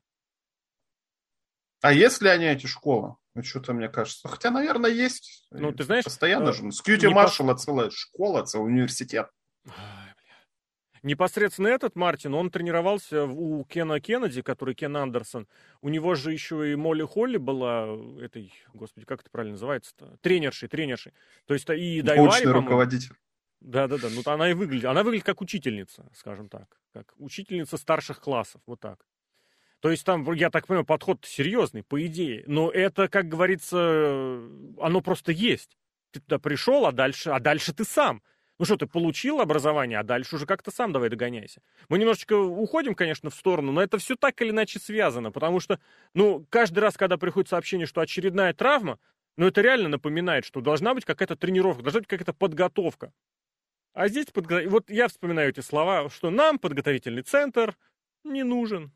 А есть ли они, эти школы? Ну, что-то мне кажется. Хотя, наверное, есть. Ну, ты знаешь... Постоянно э, же. С Кьюти Маршалла по... целая школа, целый университет. Ай, непосредственно этот Мартин, он тренировался у Кена Кеннеди, который Кен Андерсон. У него же еще и Молли Холли была, этой, господи, как это правильно называется-то? Тренершей, тренершей. То есть и Дайвари, научный руководитель. Да-да-да, ну она и выглядит, она выглядит как учительница, скажем так. Как учительница старших классов, вот так. То есть там, я так понимаю, подход серьезный, по идее. Но это, как говорится, оно просто есть. Ты туда пришел, а дальше, а дальше ты сам. Ну что, ты получил образование, а дальше уже как-то сам давай догоняйся. Мы немножечко уходим, конечно, в сторону, но это все так или иначе связано, потому что, ну, каждый раз, когда приходит сообщение, что очередная травма, ну, это реально напоминает, что должна быть какая-то тренировка, должна быть какая-то подготовка. А здесь, подго... вот я вспоминаю эти слова, что нам подготовительный центр не нужен.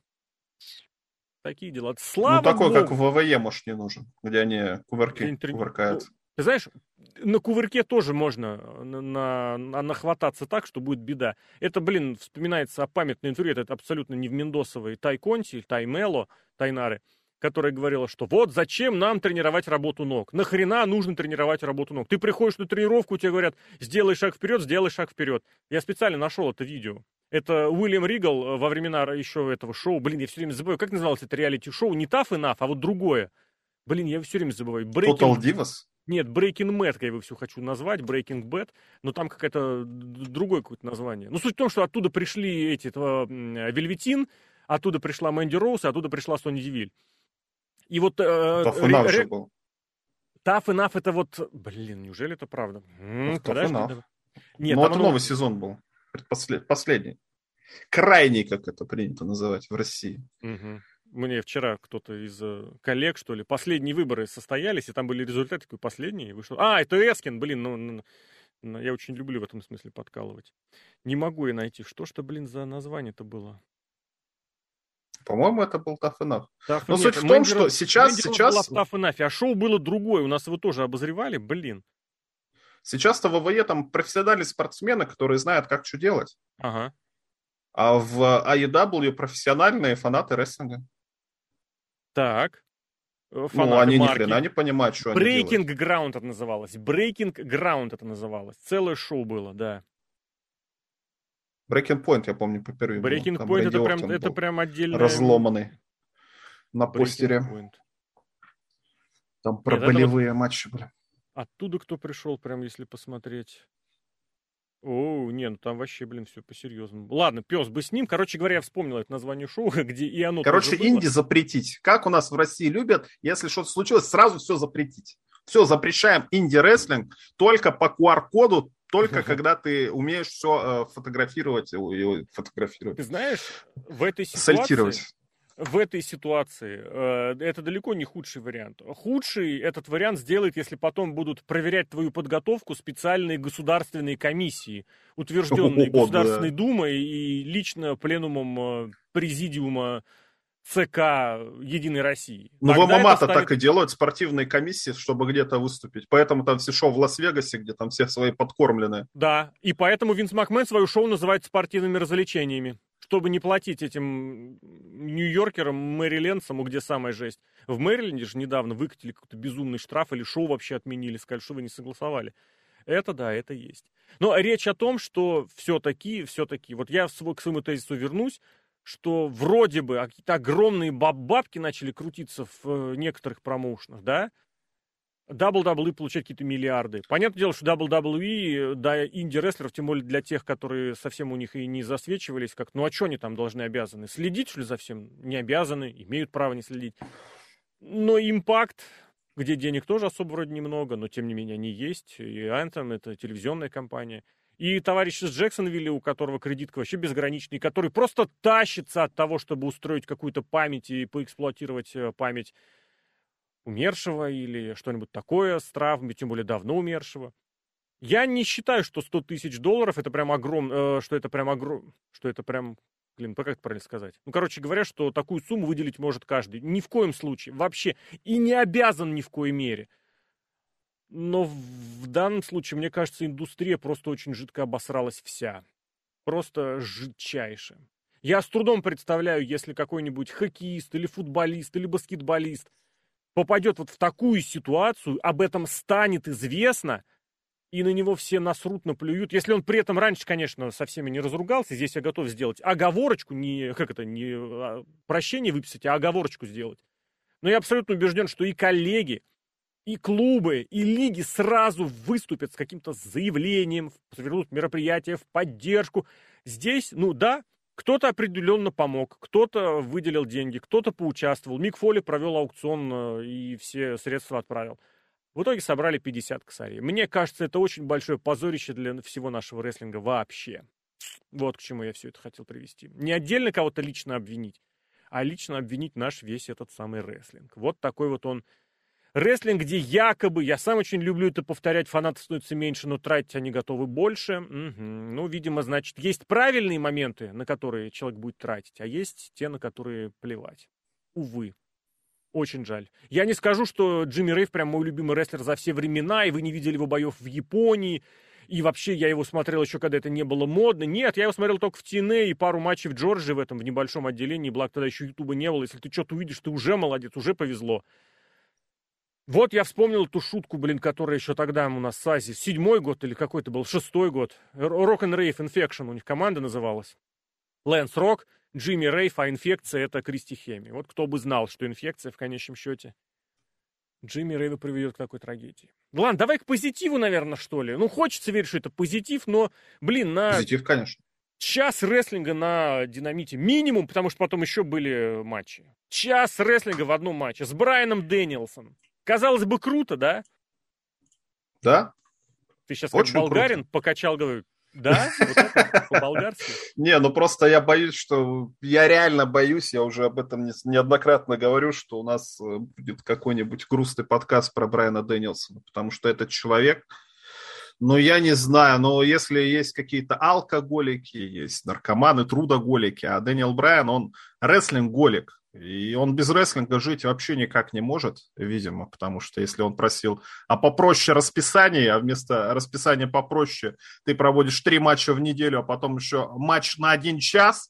Такие дела. Слава ну, такой, Богу. как в ВВЕ, может, не нужен, где они кувырки Трени... кувыркают. Ну, ты знаешь, на кувырке тоже можно на, на, на, нахвататься так, что будет беда. Это, блин, вспоминается о памятной интервью, это абсолютно не в Мендосовой Тай Конти, Тай Мело, Тайнары, которая говорила, что вот зачем нам тренировать работу ног? Нахрена нужно тренировать работу ног? Ты приходишь на тренировку, тебе говорят, сделай шаг вперед, сделай шаг вперед. Я специально нашел это видео. Это Уильям Ригал во времена еще этого шоу. Блин, я все время забываю, как называлось это реалити-шоу? Не Tough Enough, а вот другое. Блин, я все время забываю. Breaking... Total Divas? Нет, Breaking Bad, я его все хочу назвать, Breaking Bad, но там какое-то другое какое-то название. Ну, суть в том, что оттуда пришли эти, этого, Вельветин, оттуда пришла Мэнди Роуз, оттуда пришла Соня Девиль. И вот... Tough Enough же был. Tough Enough это вот... Блин, неужели это правда? М-м, Tough Enough. Нет, ну, это новый сезон был. Предпослед... Последний. Крайний, как это принято называть в России. Угу. Мне вчера кто-то из коллег, что ли, последние выборы состоялись, и там были результаты, такой последний. Вышел... А, это Эскин, блин, ну, ну, ну, я очень люблю в этом смысле подкалывать. Не могу я найти. Что ж это, блин, за название-то было? По-моему, это был Tough Enough. Tough... Но Нет, суть в том, Мэнди что Роуз... сейчас... Мэнди сейчас... Роуз была в Tough Enough, а шоу было другое. У нас его тоже обозревали, блин. Сейчас-то в ВВЕ там профессиональные спортсмены, которые знают, как что делать. Ага. А в эй и дабл ю профессиональные фанаты рестлинга. Так. Фанаты ну, они марки. Ни хрена не понимают, что Breaking они делают. Breaking Ground это называлось. Breaking Ground это называлось. Целое шоу было, да. Breaking Point, я помню, по первому. Breaking Point это прям, это прям отдельно. Разломанный на постере. Там про Нет, болевые вот... матчи были. Оттуда кто пришел, прям если посмотреть. О, не, ну там вообще, блин, все по-серьезному. Ладно, пес бы с ним. Короче говоря, я вспомнил это название шоу, где и оно Короче, инди запретить. Как у нас в России любят, если что-то случилось, сразу все запретить. Все, запрещаем инди-рестлинг только по ку ар-коду, только когда ты умеешь все э, фотографировать и фотографировать. Ты знаешь, в этой ситуации... Сальтировать. В этой ситуации э, это далеко не худший вариант. Худший этот вариант сделает, если потом будут проверять твою подготовку специальные государственные комиссии, утвержденные О, Государственной да. Думой и лично пленумом президиума ЦК Единой России. Ну, в ММА-то станет... так и делают, спортивные комиссии, чтобы где-то выступить. Поэтому там все шоу в Лас-Вегасе, где там все свои подкормленные. Да, и поэтому Винс Макмен свое шоу называет спортивными развлечениями. Чтобы не платить этим нью-йоркерам, мэрилендцам, где самая жесть. В Мэриленде же недавно выкатили какой-то безумный штраф или шоу вообще отменили, сказали, что вы не согласовали. Это да, это есть. Но речь о том, что все-таки, все-таки, вот я в свой, к своему тезису вернусь, что вроде бы какие-то огромные бабки начали крутиться в некоторых промоушенах, да? дабл ю дабл ю и получать какие-то миллиарды. Понятное дело, что дабл ю дабл ю и, да, инди-рестлеров, тем более для тех, которые совсем у них и не засвечивались, как, ну а что они там должны обязаны? Следить, что ли, за всем? Не обязаны, имеют право не следить. Но Impact, где денег тоже особо вроде немного, но тем не менее они есть. И Anthem — это телевизионная компания. И товарищ из Джексонвилля, у которого кредитка вообще безграничная, который просто тащится от того, чтобы устроить какую-то память и поэксплуатировать память умершего или что-нибудь такое с травмой, тем более давно умершего. Я не считаю, что сто тысяч долларов это прям огромно, э, что это прям огромно, что это прям, блин, как это правильно сказать? Ну, короче говоря, что такую сумму выделить может каждый. Ни в коем случае, вообще, и не обязан ни в коей мере. Но в данном случае, мне кажется, индустрия просто очень жидко обосралась вся. Просто жидчайше. Я с трудом представляю, если какой-нибудь хоккеист или футболист или баскетболист попадет вот в такую ситуацию, об этом станет известно, и на него все насрут, наплюют. Если он при этом раньше, конечно, со всеми не разругался, здесь я готов сделать оговорочку, не, как это, не прощение выписать, а оговорочку сделать. Но я абсолютно убежден, что и коллеги, и клубы, и лиги сразу выступят с каким-то заявлением, проведут мероприятия в поддержку. Здесь, ну да, кто-то определенно помог, кто-то выделил деньги, кто-то поучаствовал. Мик Фоли провел аукцион и все средства отправил. В итоге собрали пятьдесят косарей. Мне кажется, это очень большое позорище для всего нашего рестлинга вообще. Вот к чему я все это хотел привести. Не отдельно кого-то лично обвинить, а лично обвинить наш весь этот самый рестлинг. Вот такой вот он рестлинг, где якобы, я сам очень люблю это повторять, фанаты становятся меньше, но тратить они готовы больше. Угу. Ну, видимо, значит, есть правильные моменты, на которые человек будет тратить, а есть те, на которые плевать. Увы. Очень жаль. Я не скажу, что Джимми Рейв прям мой любимый рестлер за все времена, и вы не видели его боев в Японии, и вообще я его смотрел еще, когда это не было модно. Нет, я его смотрел только в Ти Эн Эй и пару матчей в Джорджии в этом, в небольшом отделении, благо тогда еще Ютуба не было. Если ты что-то увидишь, ты уже молодец, уже повезло. Вот я вспомнил эту шутку, блин, которая еще тогда у нас с Ази. Седьмой год или какой-то был, шестой год. Rock and Rave Infection у них команда называлась. Лэнс Рок, Джимми Рейв, а инфекция — это Кристи Хеми. Вот кто бы знал, что инфекция в конечном счете Джимми Рейва приведет к такой трагедии. Ладно, давай к позитиву, наверное, что ли. Ну, хочется верить, что это позитив, но, блин, на... Позитив, конечно. Час рестлинга на Динамите минимум, потому что потом еще были матчи. Час рестлинга в одном матче с Брайаном Дэнилсом. Казалось бы, круто, да? Да. Ты сейчас очень как болгарин круто. Покачал головой. Да? Вот это по-болгарски? Не, ну просто я боюсь, что... Я реально боюсь, я уже об этом неоднократно говорю, что у нас будет какой-нибудь грустный подкаст про Брайана Дэнилсона, потому что этот человек... Ну, я не знаю, но если есть какие-то алкоголики, есть наркоманы, трудоголики, а Дэниел Брайан, он рестлинг-голик. И он без рестлинга жить вообще никак не может, видимо, потому что если он просил а попроще расписание, а вместо расписания попроще ты проводишь три матча в неделю, а потом еще матч на один час,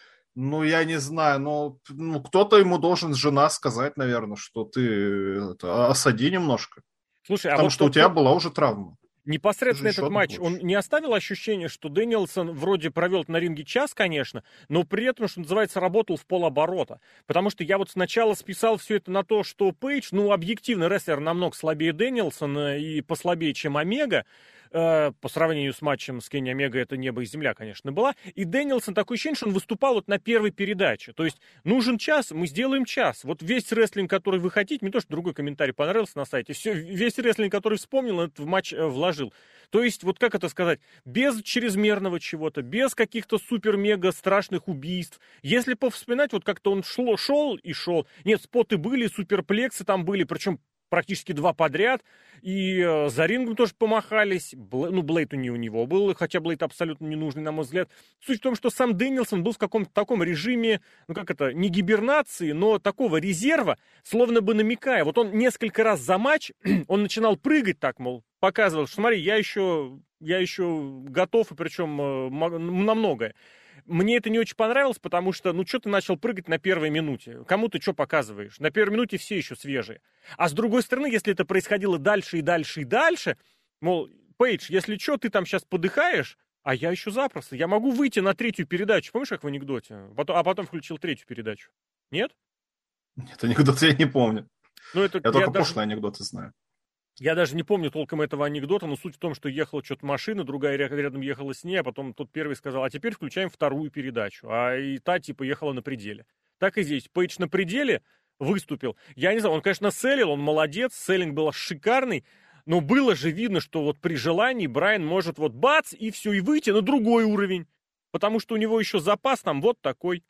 ну, я не знаю, но ну, кто-то ему должен, жена, сказать, наверное, что ты это, осади немножко. Слушай, потому а вот что тот, у тебя была уже травма. непосредственно этот матч, он не оставил ощущения, что Дэнилсон вроде провел на ринге час, конечно, но при этом, что называется, работал в полоборота. Потому что я вот сначала списал все это на то, что Пейдж, ну, объективно, рестлер намного слабее Дэнилсона и послабее, чем Омега. Э, по сравнению с матчем с Кенни Омега это небо и земля, конечно, была. И Дэнилсон, такое ощущение, что он выступал вот на первой передаче. То есть нужен час, мы сделаем час. Вот весь рестлинг, который вы хотите, мне тоже другой комментарий понравился на сайте, все, весь рестлинг, который вспомнил, этот в матч э, вложил. То есть, вот как это сказать, без чрезмерного чего-то, без каких-то супер-мега страшных убийств. Если повспоминать, вот как-то он шло, шел и шел. Нет, споты были, суперплексы там были, причем практически два подряд, и э, за рингом тоже помахались, Бл... ну, Блейд у него, у него был, хотя Блейд абсолютно ненужный, на мой взгляд. Суть в том, что сам Дэнилсон был в каком-то таком режиме, ну, как это, не гибернации, но такого резерва, словно бы намекая. Вот он несколько раз за матч, он начинал прыгать так, мол, показывал, что смотри, я еще, я еще готов, и причем э, на многое. Мне это не очень понравилось, потому что, ну, что ты начал прыгать на первой минуте? Кому ты что показываешь? На первой минуте все еще свежие. А с другой стороны, если это происходило дальше и дальше и дальше, мол, Пейдж, если что, ты там сейчас подыхаешь, а я еще запросто. Я могу выйти на третью передачу. Помнишь, как в анекдоте? Потом, а потом включил третью передачу. Нет? Нет, анекдот я не помню. Ну, это, я, я только даже... пошлые анекдоты знаю. Я даже не помню толком этого анекдота, но суть в том, что ехала что-то машина, другая рядом ехала с ней, а потом тот первый сказал, а теперь включаем вторую передачу. А и та типа ехала на пределе. Так и здесь. Пейдж на пределе выступил. Я не знаю, он, конечно, селлил, он молодец, селлинг был шикарный, но было же видно, что вот при желании Брайан может вот бац, и все, и выйти на другой уровень. Потому что у него еще запас там вот такой.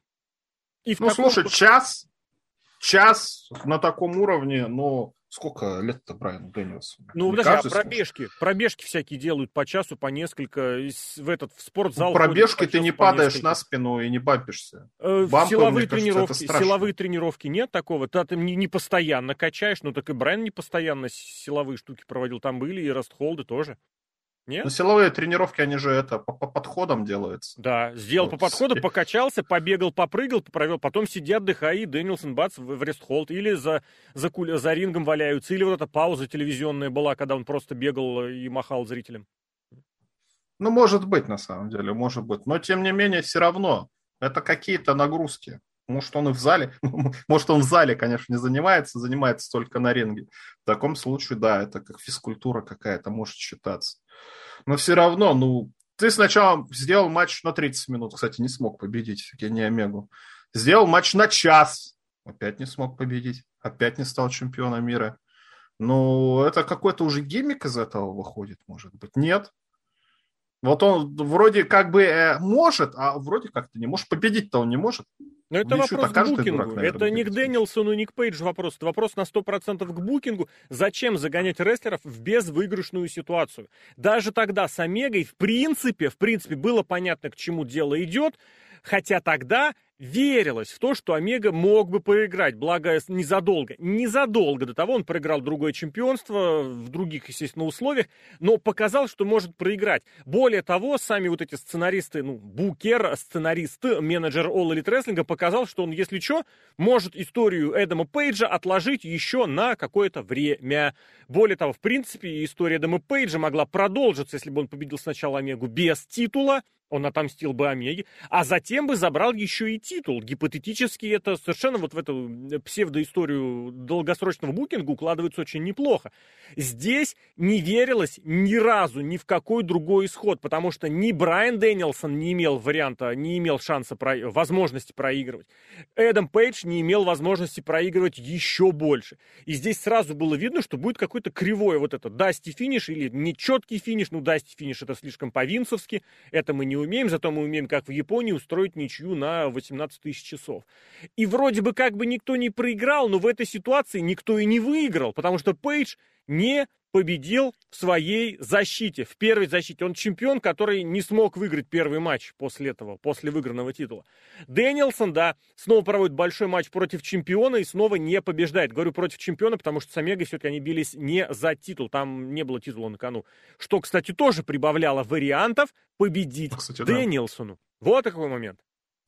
И в ну, таком... слушай, час, час на таком уровне, но... Сколько лет-то Брайану Дэнилсону? Ну, подожди, а пробежки? Сможет? Пробежки всякие делают по часу, по несколько. В этот в спортзал. Ну, пробежкой ты не падаешь несколько. На спину и не бампишься. Э, Бампы, силовые тренировки. Кажется, силовые тренировки нет такого. Ты, ты не, не постоянно качаешь. Ну, так и Брайан не постоянно силовые штуки проводил. Там были и ростхолды тоже. Нет? Ну, силовые тренировки, они же это по, по подходам делаются. Да, сделал вот. По подходу, покачался, побегал, попрыгал, провел, потом сиди, отдыхай, и Дэнилсон бац в, в рестхолд, или за, за, за рингом валяются, или вот эта пауза телевизионная была, когда он просто бегал и махал зрителям. Ну, может быть, на самом деле, может быть. Но, тем не менее, все равно, это какие-то нагрузки. Может, он и в зале, может, он в зале, конечно, не занимается, занимается только на ринге. В таком случае, да, это как физкультура какая-то может считаться. Но все равно, ну, ты сначала сделал матч на тридцать минут, кстати, не смог победить Кенни Омегу. Сделал матч на час, опять не смог победить, опять не стал чемпионом мира. Ну, это какой-то уже гиммик из этого выходит, может быть. Нет. Вот он вроде как бы э, может, а вроде как-то не может. Победить-то он не может. Но это Бичу, вопрос к букингу. Дурак, наверное, это не к Дэнилсону, не к Пейджу вопрос. Это вопрос на сто процентов к букингу. Зачем загонять рестлеров в безвыигрышную ситуацию? Даже тогда с Омегой, в принципе, в принципе, было понятно, к чему дело идет. Хотя тогда верилось в то, что Омега мог бы проиграть. Благо, незадолго. Незадолго до того он проиграл другое чемпионство в других, естественно, условиях, но показал, что может проиграть. Более того, сами вот эти сценаристы, ну, букер, сценарист, менеджер All Elite Wrestling показал, что он, если что, может историю Эдама Пейджа отложить еще на какое-то время. Более того, в принципе, история Эдама Пейджа могла продолжиться, если бы он победил сначала Омегу без титула, он отомстил бы Омеге, а затем бы забрал еще и титул. Гипотетически это совершенно вот в эту псевдоисторию долгосрочного букинга укладывается очень неплохо. Здесь не верилось ни разу ни в какой другой исход, потому что ни Брайан Дэнилсон не имел варианта, не имел шанса, про... возможности проигрывать. Эдам Пейдж не имел возможности проигрывать еще больше. И здесь сразу было видно, что будет какой-то кривой вот это дасти финиш или нечеткий финиш. Ну, дасти финиш это слишком по-винсовски, это мы не умеем, зато мы умеем, как в Японии, устроить ничью на восемнадцать тысяч часов. И вроде бы как бы никто не проиграл, но в этой ситуации никто и не выиграл, потому что Пейдж не победил в своей защите, в первой защите. Он чемпион, который не смог выиграть первый матч после этого, после выигранного титула. Дэнилсон, да, снова проводит большой матч против чемпиона и снова не побеждает. Говорю против чемпиона, потому что с Омегой все-таки они бились не за титул, там не было титула на кону. Что, кстати, тоже прибавляло вариантов победить кстати, Дэнилсону. Да. Вот такой момент.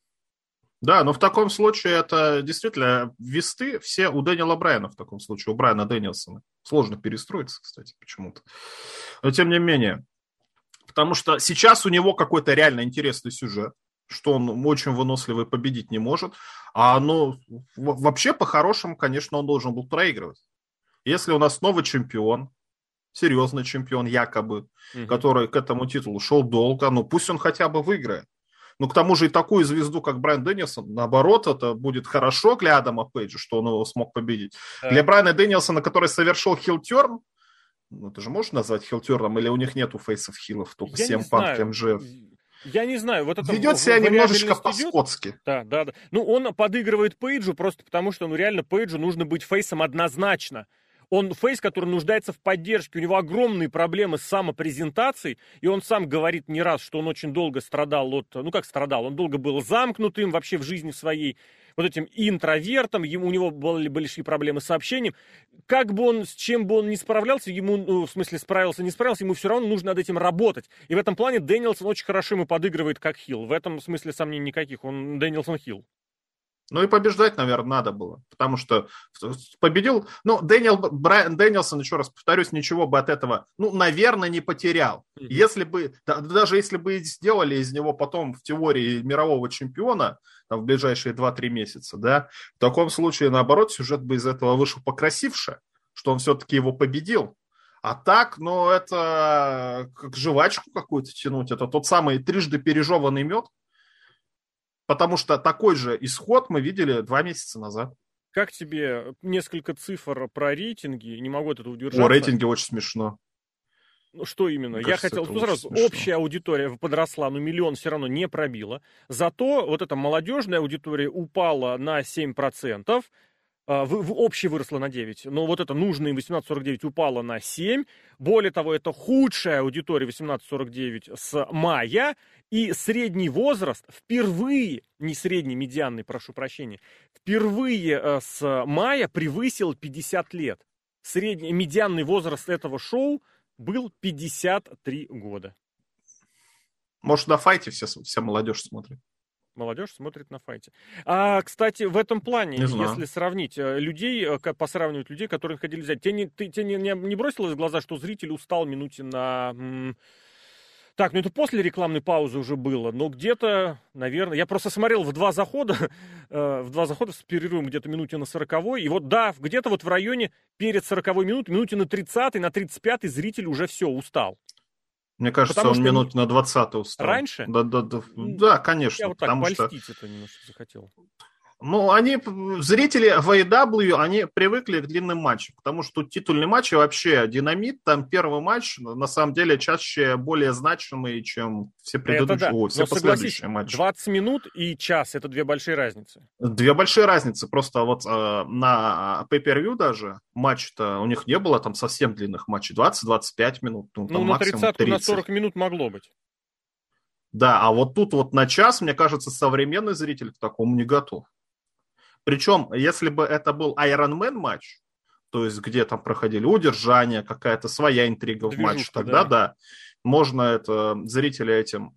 Да, но в таком случае это действительно весты все у Дэниела Брайана в таком случае, у Брайана Дэнилсона. Сложно перестроиться, кстати, почему-то. Но тем не менее. Потому что сейчас у него какой-то реально интересный сюжет, что он очень выносливый, победить не может. А ну, вообще, по-хорошему, конечно, он должен был проигрывать. Если у нас новый чемпион, серьезный чемпион якобы, угу. который к этому титулу шел долго, ну пусть он хотя бы выиграет. Но к тому же и такую звезду, как Брайан Дэнилсон, наоборот, это будет хорошо для Адама Пейджа, что он его смог победить. Да. Для Брайана Дэнилсона, который совершил хилтерн, ну это же можно назвать хилтерном, или у них нету фейсов хилов, только си эм Punk, эм джей эф? Я не знаю. Вот это ведет себя немножечко по-скотски. Да, да, да. Ну, он подыгрывает Пейджу просто потому, что ну реально Пейджу нужно быть фейсом однозначно. Он фейс, который нуждается в поддержке. У него огромные проблемы с самопрезентацией. И он сам говорит не раз, что он очень долго страдал от... Ну, как страдал? Он долго был замкнутым вообще в жизни своей. Вот этим интровертом. Ему, у него были большие проблемы с общением. Как бы он, с чем бы он ни справлялся, ему, ну, в смысле, справился, не справился, ему все равно нужно над этим работать. И в этом плане Дэнилсон очень хорошо ему подыгрывает как хил. В этом смысле сомнений никаких. Он Дэнилсон хил. Ну и побеждать, наверное, надо было, потому что победил, ну, Дэниел, Брайан Дэнилсон, еще раз повторюсь, ничего бы от этого, ну, наверное, не потерял. Mm-hmm. Если бы, да, даже если бы сделали из него потом в теории мирового чемпиона, там, в ближайшие два-три месяца, да, в таком случае, наоборот, сюжет бы из этого вышел покрасивше, что он все-таки его победил. А так, ну, это как жвачку какую-то тянуть, это тот самый трижды пережеванный мед. Потому что такой же исход мы видели два месяца назад. Как тебе несколько цифр про рейтинги? Не могу от этого удержаться. О, рейтинги очень смешно. Ну, что именно? Мне Я кажется, хотел... Ну, сразу, общая аудитория подросла, но миллион все равно не пробила. Зато вот эта молодежная аудитория упала на семь процентов. В, в общей выросла на девять, но вот это нужное восемнадцать сорок девять упало на семь. Более того, это худшая аудитория восемнадцать сорок девять с мая. И средний возраст впервые, не средний, медианный, прошу прощения, впервые с мая превысил пятьдесят лет. Средний, медианный возраст этого шоу был пятьдесят три года. Может, на файте вся, вся молодежь смотрит? Молодежь смотрит на файте. А, кстати, в этом плане, если сравнить людей, посравнивать людей, которые хотели взять, тебе, не, ты, тебе не, не бросилось в глаза, что зритель устал минуте на... М- так, ну это после рекламной паузы уже было, но где-то, наверное... Я просто смотрел в два захода, э, в два захода с перерывом где-то минуте на сороковой, и вот да, где-то вот в районе перед сороковой минутой, минуте на тридцатой, на тридцать пятой зритель уже все, устал. Мне кажется, потому он минут на двадцать устал. Раньше? Да, да, да, да, конечно. Я вот так польстить что... это немножко захотел. Ну, они, зрители в эй и дабл ю, они привыкли к длинным матчам, потому что тут титульные матчи вообще динамит, там первый матч, на самом деле, чаще более значимый, чем все предыдущие, да. о, все Но последующие матчи. двадцать минут и час, это две большие разницы. Две большие разницы, просто вот э, на pay-per-view даже матч-то у них не было там совсем длинных матчей, двадцать-двадцать пять минут. Ну, ну на тридцатку, на сорок минут могло быть. Да, а вот тут вот на час, мне кажется, современный зритель к такому не готов. Причем, если бы это был Iron Man матч, то есть где там проходили удержания, какая-то своя интрига в матче, тогда да. да, можно это зрителя этим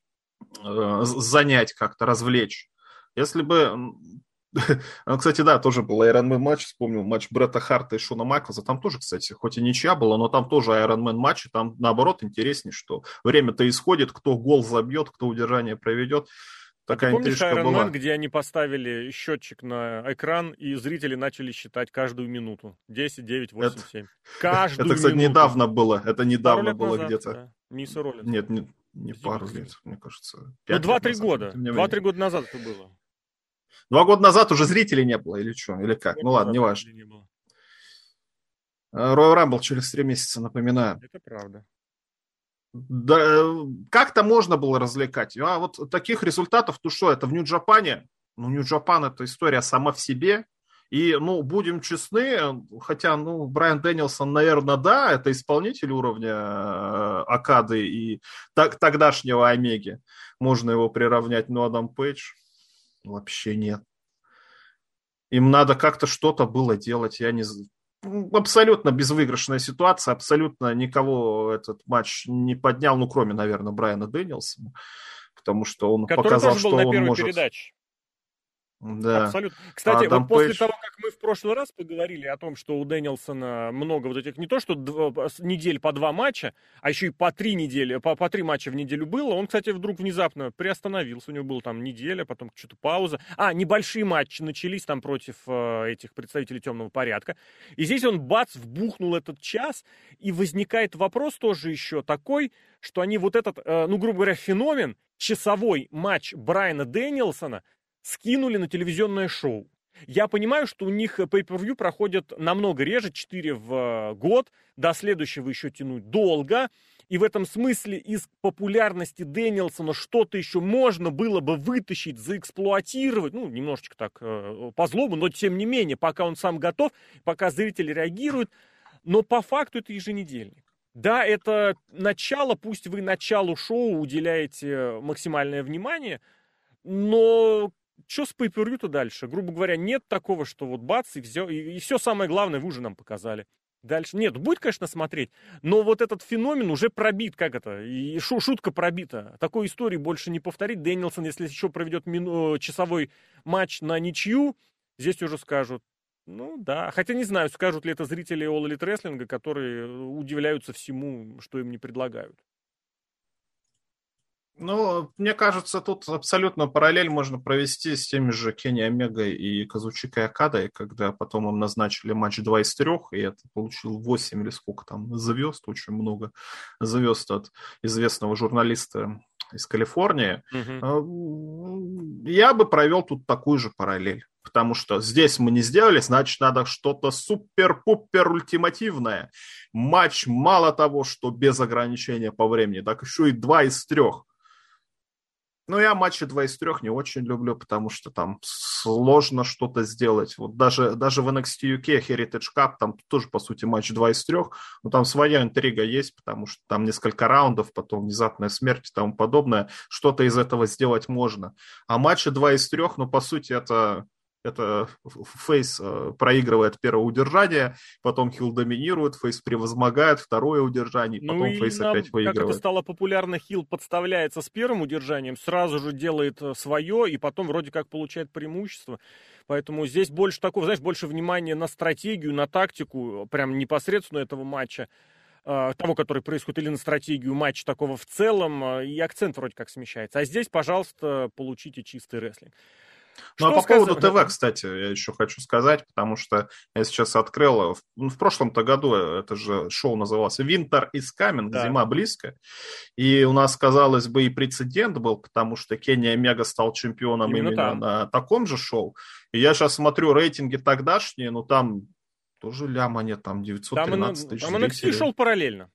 э, занять как-то, развлечь. Если бы... Кстати, да, тоже был Iron Man матч, вспомнил матч Бретта Харта и Шона Майклза, там тоже, кстати, хоть и ничья была, но там тоже Iron Man матч, и там наоборот интереснее, что время-то исходит, кто гол забьет, кто удержание проведет. Такая а ты помнишь Iron была. Man, где они поставили счетчик на экран, и зрители начали считать каждую минуту? десять, девять, восемь, семь. Каждую Это, кстати, минуту. недавно было. Это недавно было назад, где-то. Да. Мисс Роллинс. Нет, не, не пару лет, мне кажется. Ну, два-три года. Два-три года назад это было. Два года назад уже зрителей не было, или что? Или как? Ну ладно, неважно. Royal Rumble через три месяца, напоминаю. Это правда. Да, как-то можно было развлекать. А вот таких результатов, ну что, это в Нью-Джапане? Ну, Нью-Джапан — это история сама в себе. И, ну, будем честны, хотя, ну, Брайан Дэнилсон, наверное, да, это исполнитель уровня э, Окады и так, тогдашнего Омеги. Можно его приравнять, но Адам Пейдж вообще нет. Им надо как-то что-то было делать, я не знаю. Абсолютно безвыигрышная ситуация, абсолютно никого этот матч не поднял, ну, кроме, наверное, Брайана Дэнилсона, потому что он который показал, тоже был что на он первой может... передаче. Да. Абсолютно. Кстати, Адам вот после Пейдж... того, как мы в прошлый раз поговорили о том, что у Дэнилсона много вот этих, не то что два, недель по два матча, а еще и по три недели, по, по три матча в неделю было, он, кстати, вдруг внезапно приостановился, у него была там неделя, потом что-то пауза. А, небольшие матчи начались там против э, этих представителей темного порядка. И здесь он, бац, вбухнул этот час, и возникает вопрос тоже еще такой, что они вот этот, э, ну, грубо говоря, феномен, часовой матч Брайана Дэнилсона скинули на телевизионное шоу. Я понимаю, что у них pay-per-view проходят намного реже, четыре в год, до следующего еще тянуть долго, и в этом смысле из популярности Дэнилсона что-то еще можно было бы вытащить, заэксплуатировать, ну, немножечко так э, по злобу, но тем не менее, пока он сам готов, пока зрители реагируют, но по факту это еженедельник. Да, это начало, пусть вы началу шоу уделяете максимальное внимание, но что с pay-per-view-то дальше? Грубо говоря, нет такого, что вот бац, и все, и, и все самое главное вы уже нам показали. Дальше. Нет, будет, конечно, смотреть, но вот этот феномен уже пробит, как это, и шу, шутка пробита. Такой истории больше не повторить. Дэнилсон, если еще проведет мину, часовой матч на ничью, здесь уже скажут, ну да. Хотя не знаю, скажут ли это зрители All Elite Wrestling, которые удивляются всему, что им не предлагают. Ну, мне кажется, тут абсолютно параллель можно провести с теми же Кенни Омегой и Казучикой Окадой, когда потом им назначили матч два из трех, и это получил восемь или сколько там звезд, очень много звезд от известного журналиста из Калифорнии. Mm-hmm. Я бы провел тут такую же параллель. Потому что здесь мы не сделали, значит, надо что-то супер-пупер ультимативное. Матч мало того, что без ограничения по времени, так еще и два из трех. Ну, я матчи два из трех не очень люблю, потому что там сложно что-то сделать. Вот даже, даже в эн экс ти ю кей Heritage Cup там тоже, по сути, матч два из трех, но там своя интрига есть, потому что там несколько раундов, потом внезапная смерть и тому подобное. Что-то из этого сделать можно. А матчи два из трех, ну, по сути, это... Это Фейс проигрывает первое удержание, потом Хилл доминирует, Фейс превозмогает второе удержание, потом ну Фейс нам, опять выигрывает. Как это стало популярно, Хилл подставляется с первым удержанием, сразу же делает свое, и потом вроде как получает преимущество. Поэтому здесь больше такого, знаешь, больше внимания на стратегию, на тактику, прям непосредственно этого матча, того, который происходит, или на стратегию матча такого в целом, и акцент вроде как смещается. А здесь, пожалуйста, получите чистый рестлинг. Ну, а по сказ... поводу ТВ, кстати, я еще хочу сказать, потому что я сейчас открыл, в, ну, в прошлом-то году это же шоу называлось «Winter is coming», да. Зима близко, и у нас, казалось бы, и прецедент был, потому что Кенни Омега стал чемпионом именно, именно на таком же шоу, и я сейчас смотрю рейтинги тогдашние, ну, там тоже ляма нет, там девятьсот тринадцать тысяч зрителей. Там эн экс ти шел параллельно.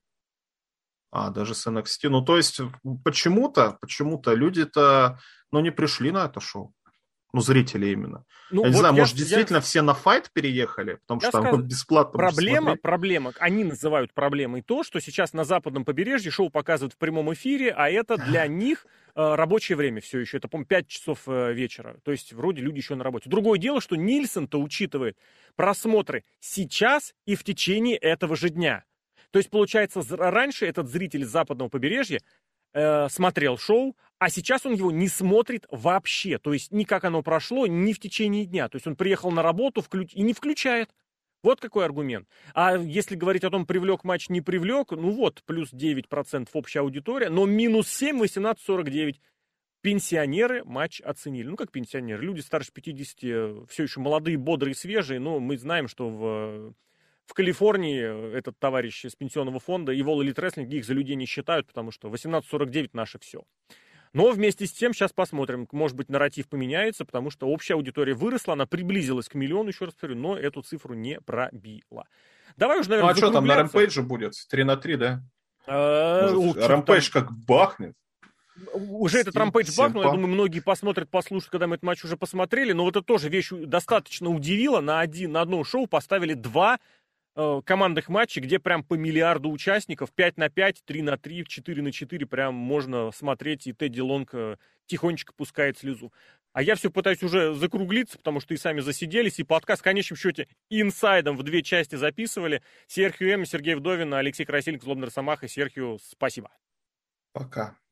А, даже с эн экс ти, ну, то есть почему-то, почему-то люди-то, ну, не пришли на это шоу. Ну, зрители именно. Ну, я вот не знаю, я, может, действительно я... все на файт переехали, потому я что сказ... там бесплатно. Проблема, проблема, они называют проблемой то, что сейчас на западном побережье шоу показывают в прямом эфире, а это для них э, рабочее время все еще. Это, по-моему, пять часов э, вечера. То есть, вроде люди еще на работе. Другое дело, что Нильсон-то учитывает просмотры сейчас и в течение этого же дня. То есть, получается, раньше этот зритель с западного побережья э, смотрел шоу, а сейчас он его не смотрит вообще. То есть, ни как оно прошло, ни в течение дня. То есть, он приехал на работу вклю... и не включает. Вот какой аргумент. А если говорить о том, привлек матч, не привлек, ну вот, плюс девять процентов общая аудитория, но минус семь, восемнадцать сорок девять. Пенсионеры матч оценили. Ну, как пенсионеры? Люди старше пятидесяти, все еще молодые, бодрые, свежие, но мы знаем, что в... В Калифорнии этот товарищ из пенсионного фонда и в All Elite Wrestling их за людей не считают, потому что восемнадцать сорок девять наше все. Но вместе с тем сейчас посмотрим. Может быть, нарратив поменяется, потому что общая аудитория выросла, она приблизилась к миллиону, еще раз повторю, но эту цифру не пробила. Давай уже, наверное, ну, а что там на Рэмпейдже будет? три на три, да? Рэмпейдж как бахнет. Уже этот рампейдж бахнул, я думаю, многие посмотрят, послушают, когда мы этот матч уже посмотрели, но вот это тоже вещь достаточно удивила. На, один, на одно шоу поставили два э, командных матча, где прям по миллиарду участников, пять на пять, три на три, четыре на четыре, прям можно смотреть, и Тедди Лонг э, тихонечко пускает слезу. А я все пытаюсь уже закруглиться, потому что и сами засиделись, и подкаст в конечном счете инсайдом в две части записывали. Серхио М, Сергей Вдовин, Алексей Красильник, Злобный Росомаха. Серхио, спасибо. Пока.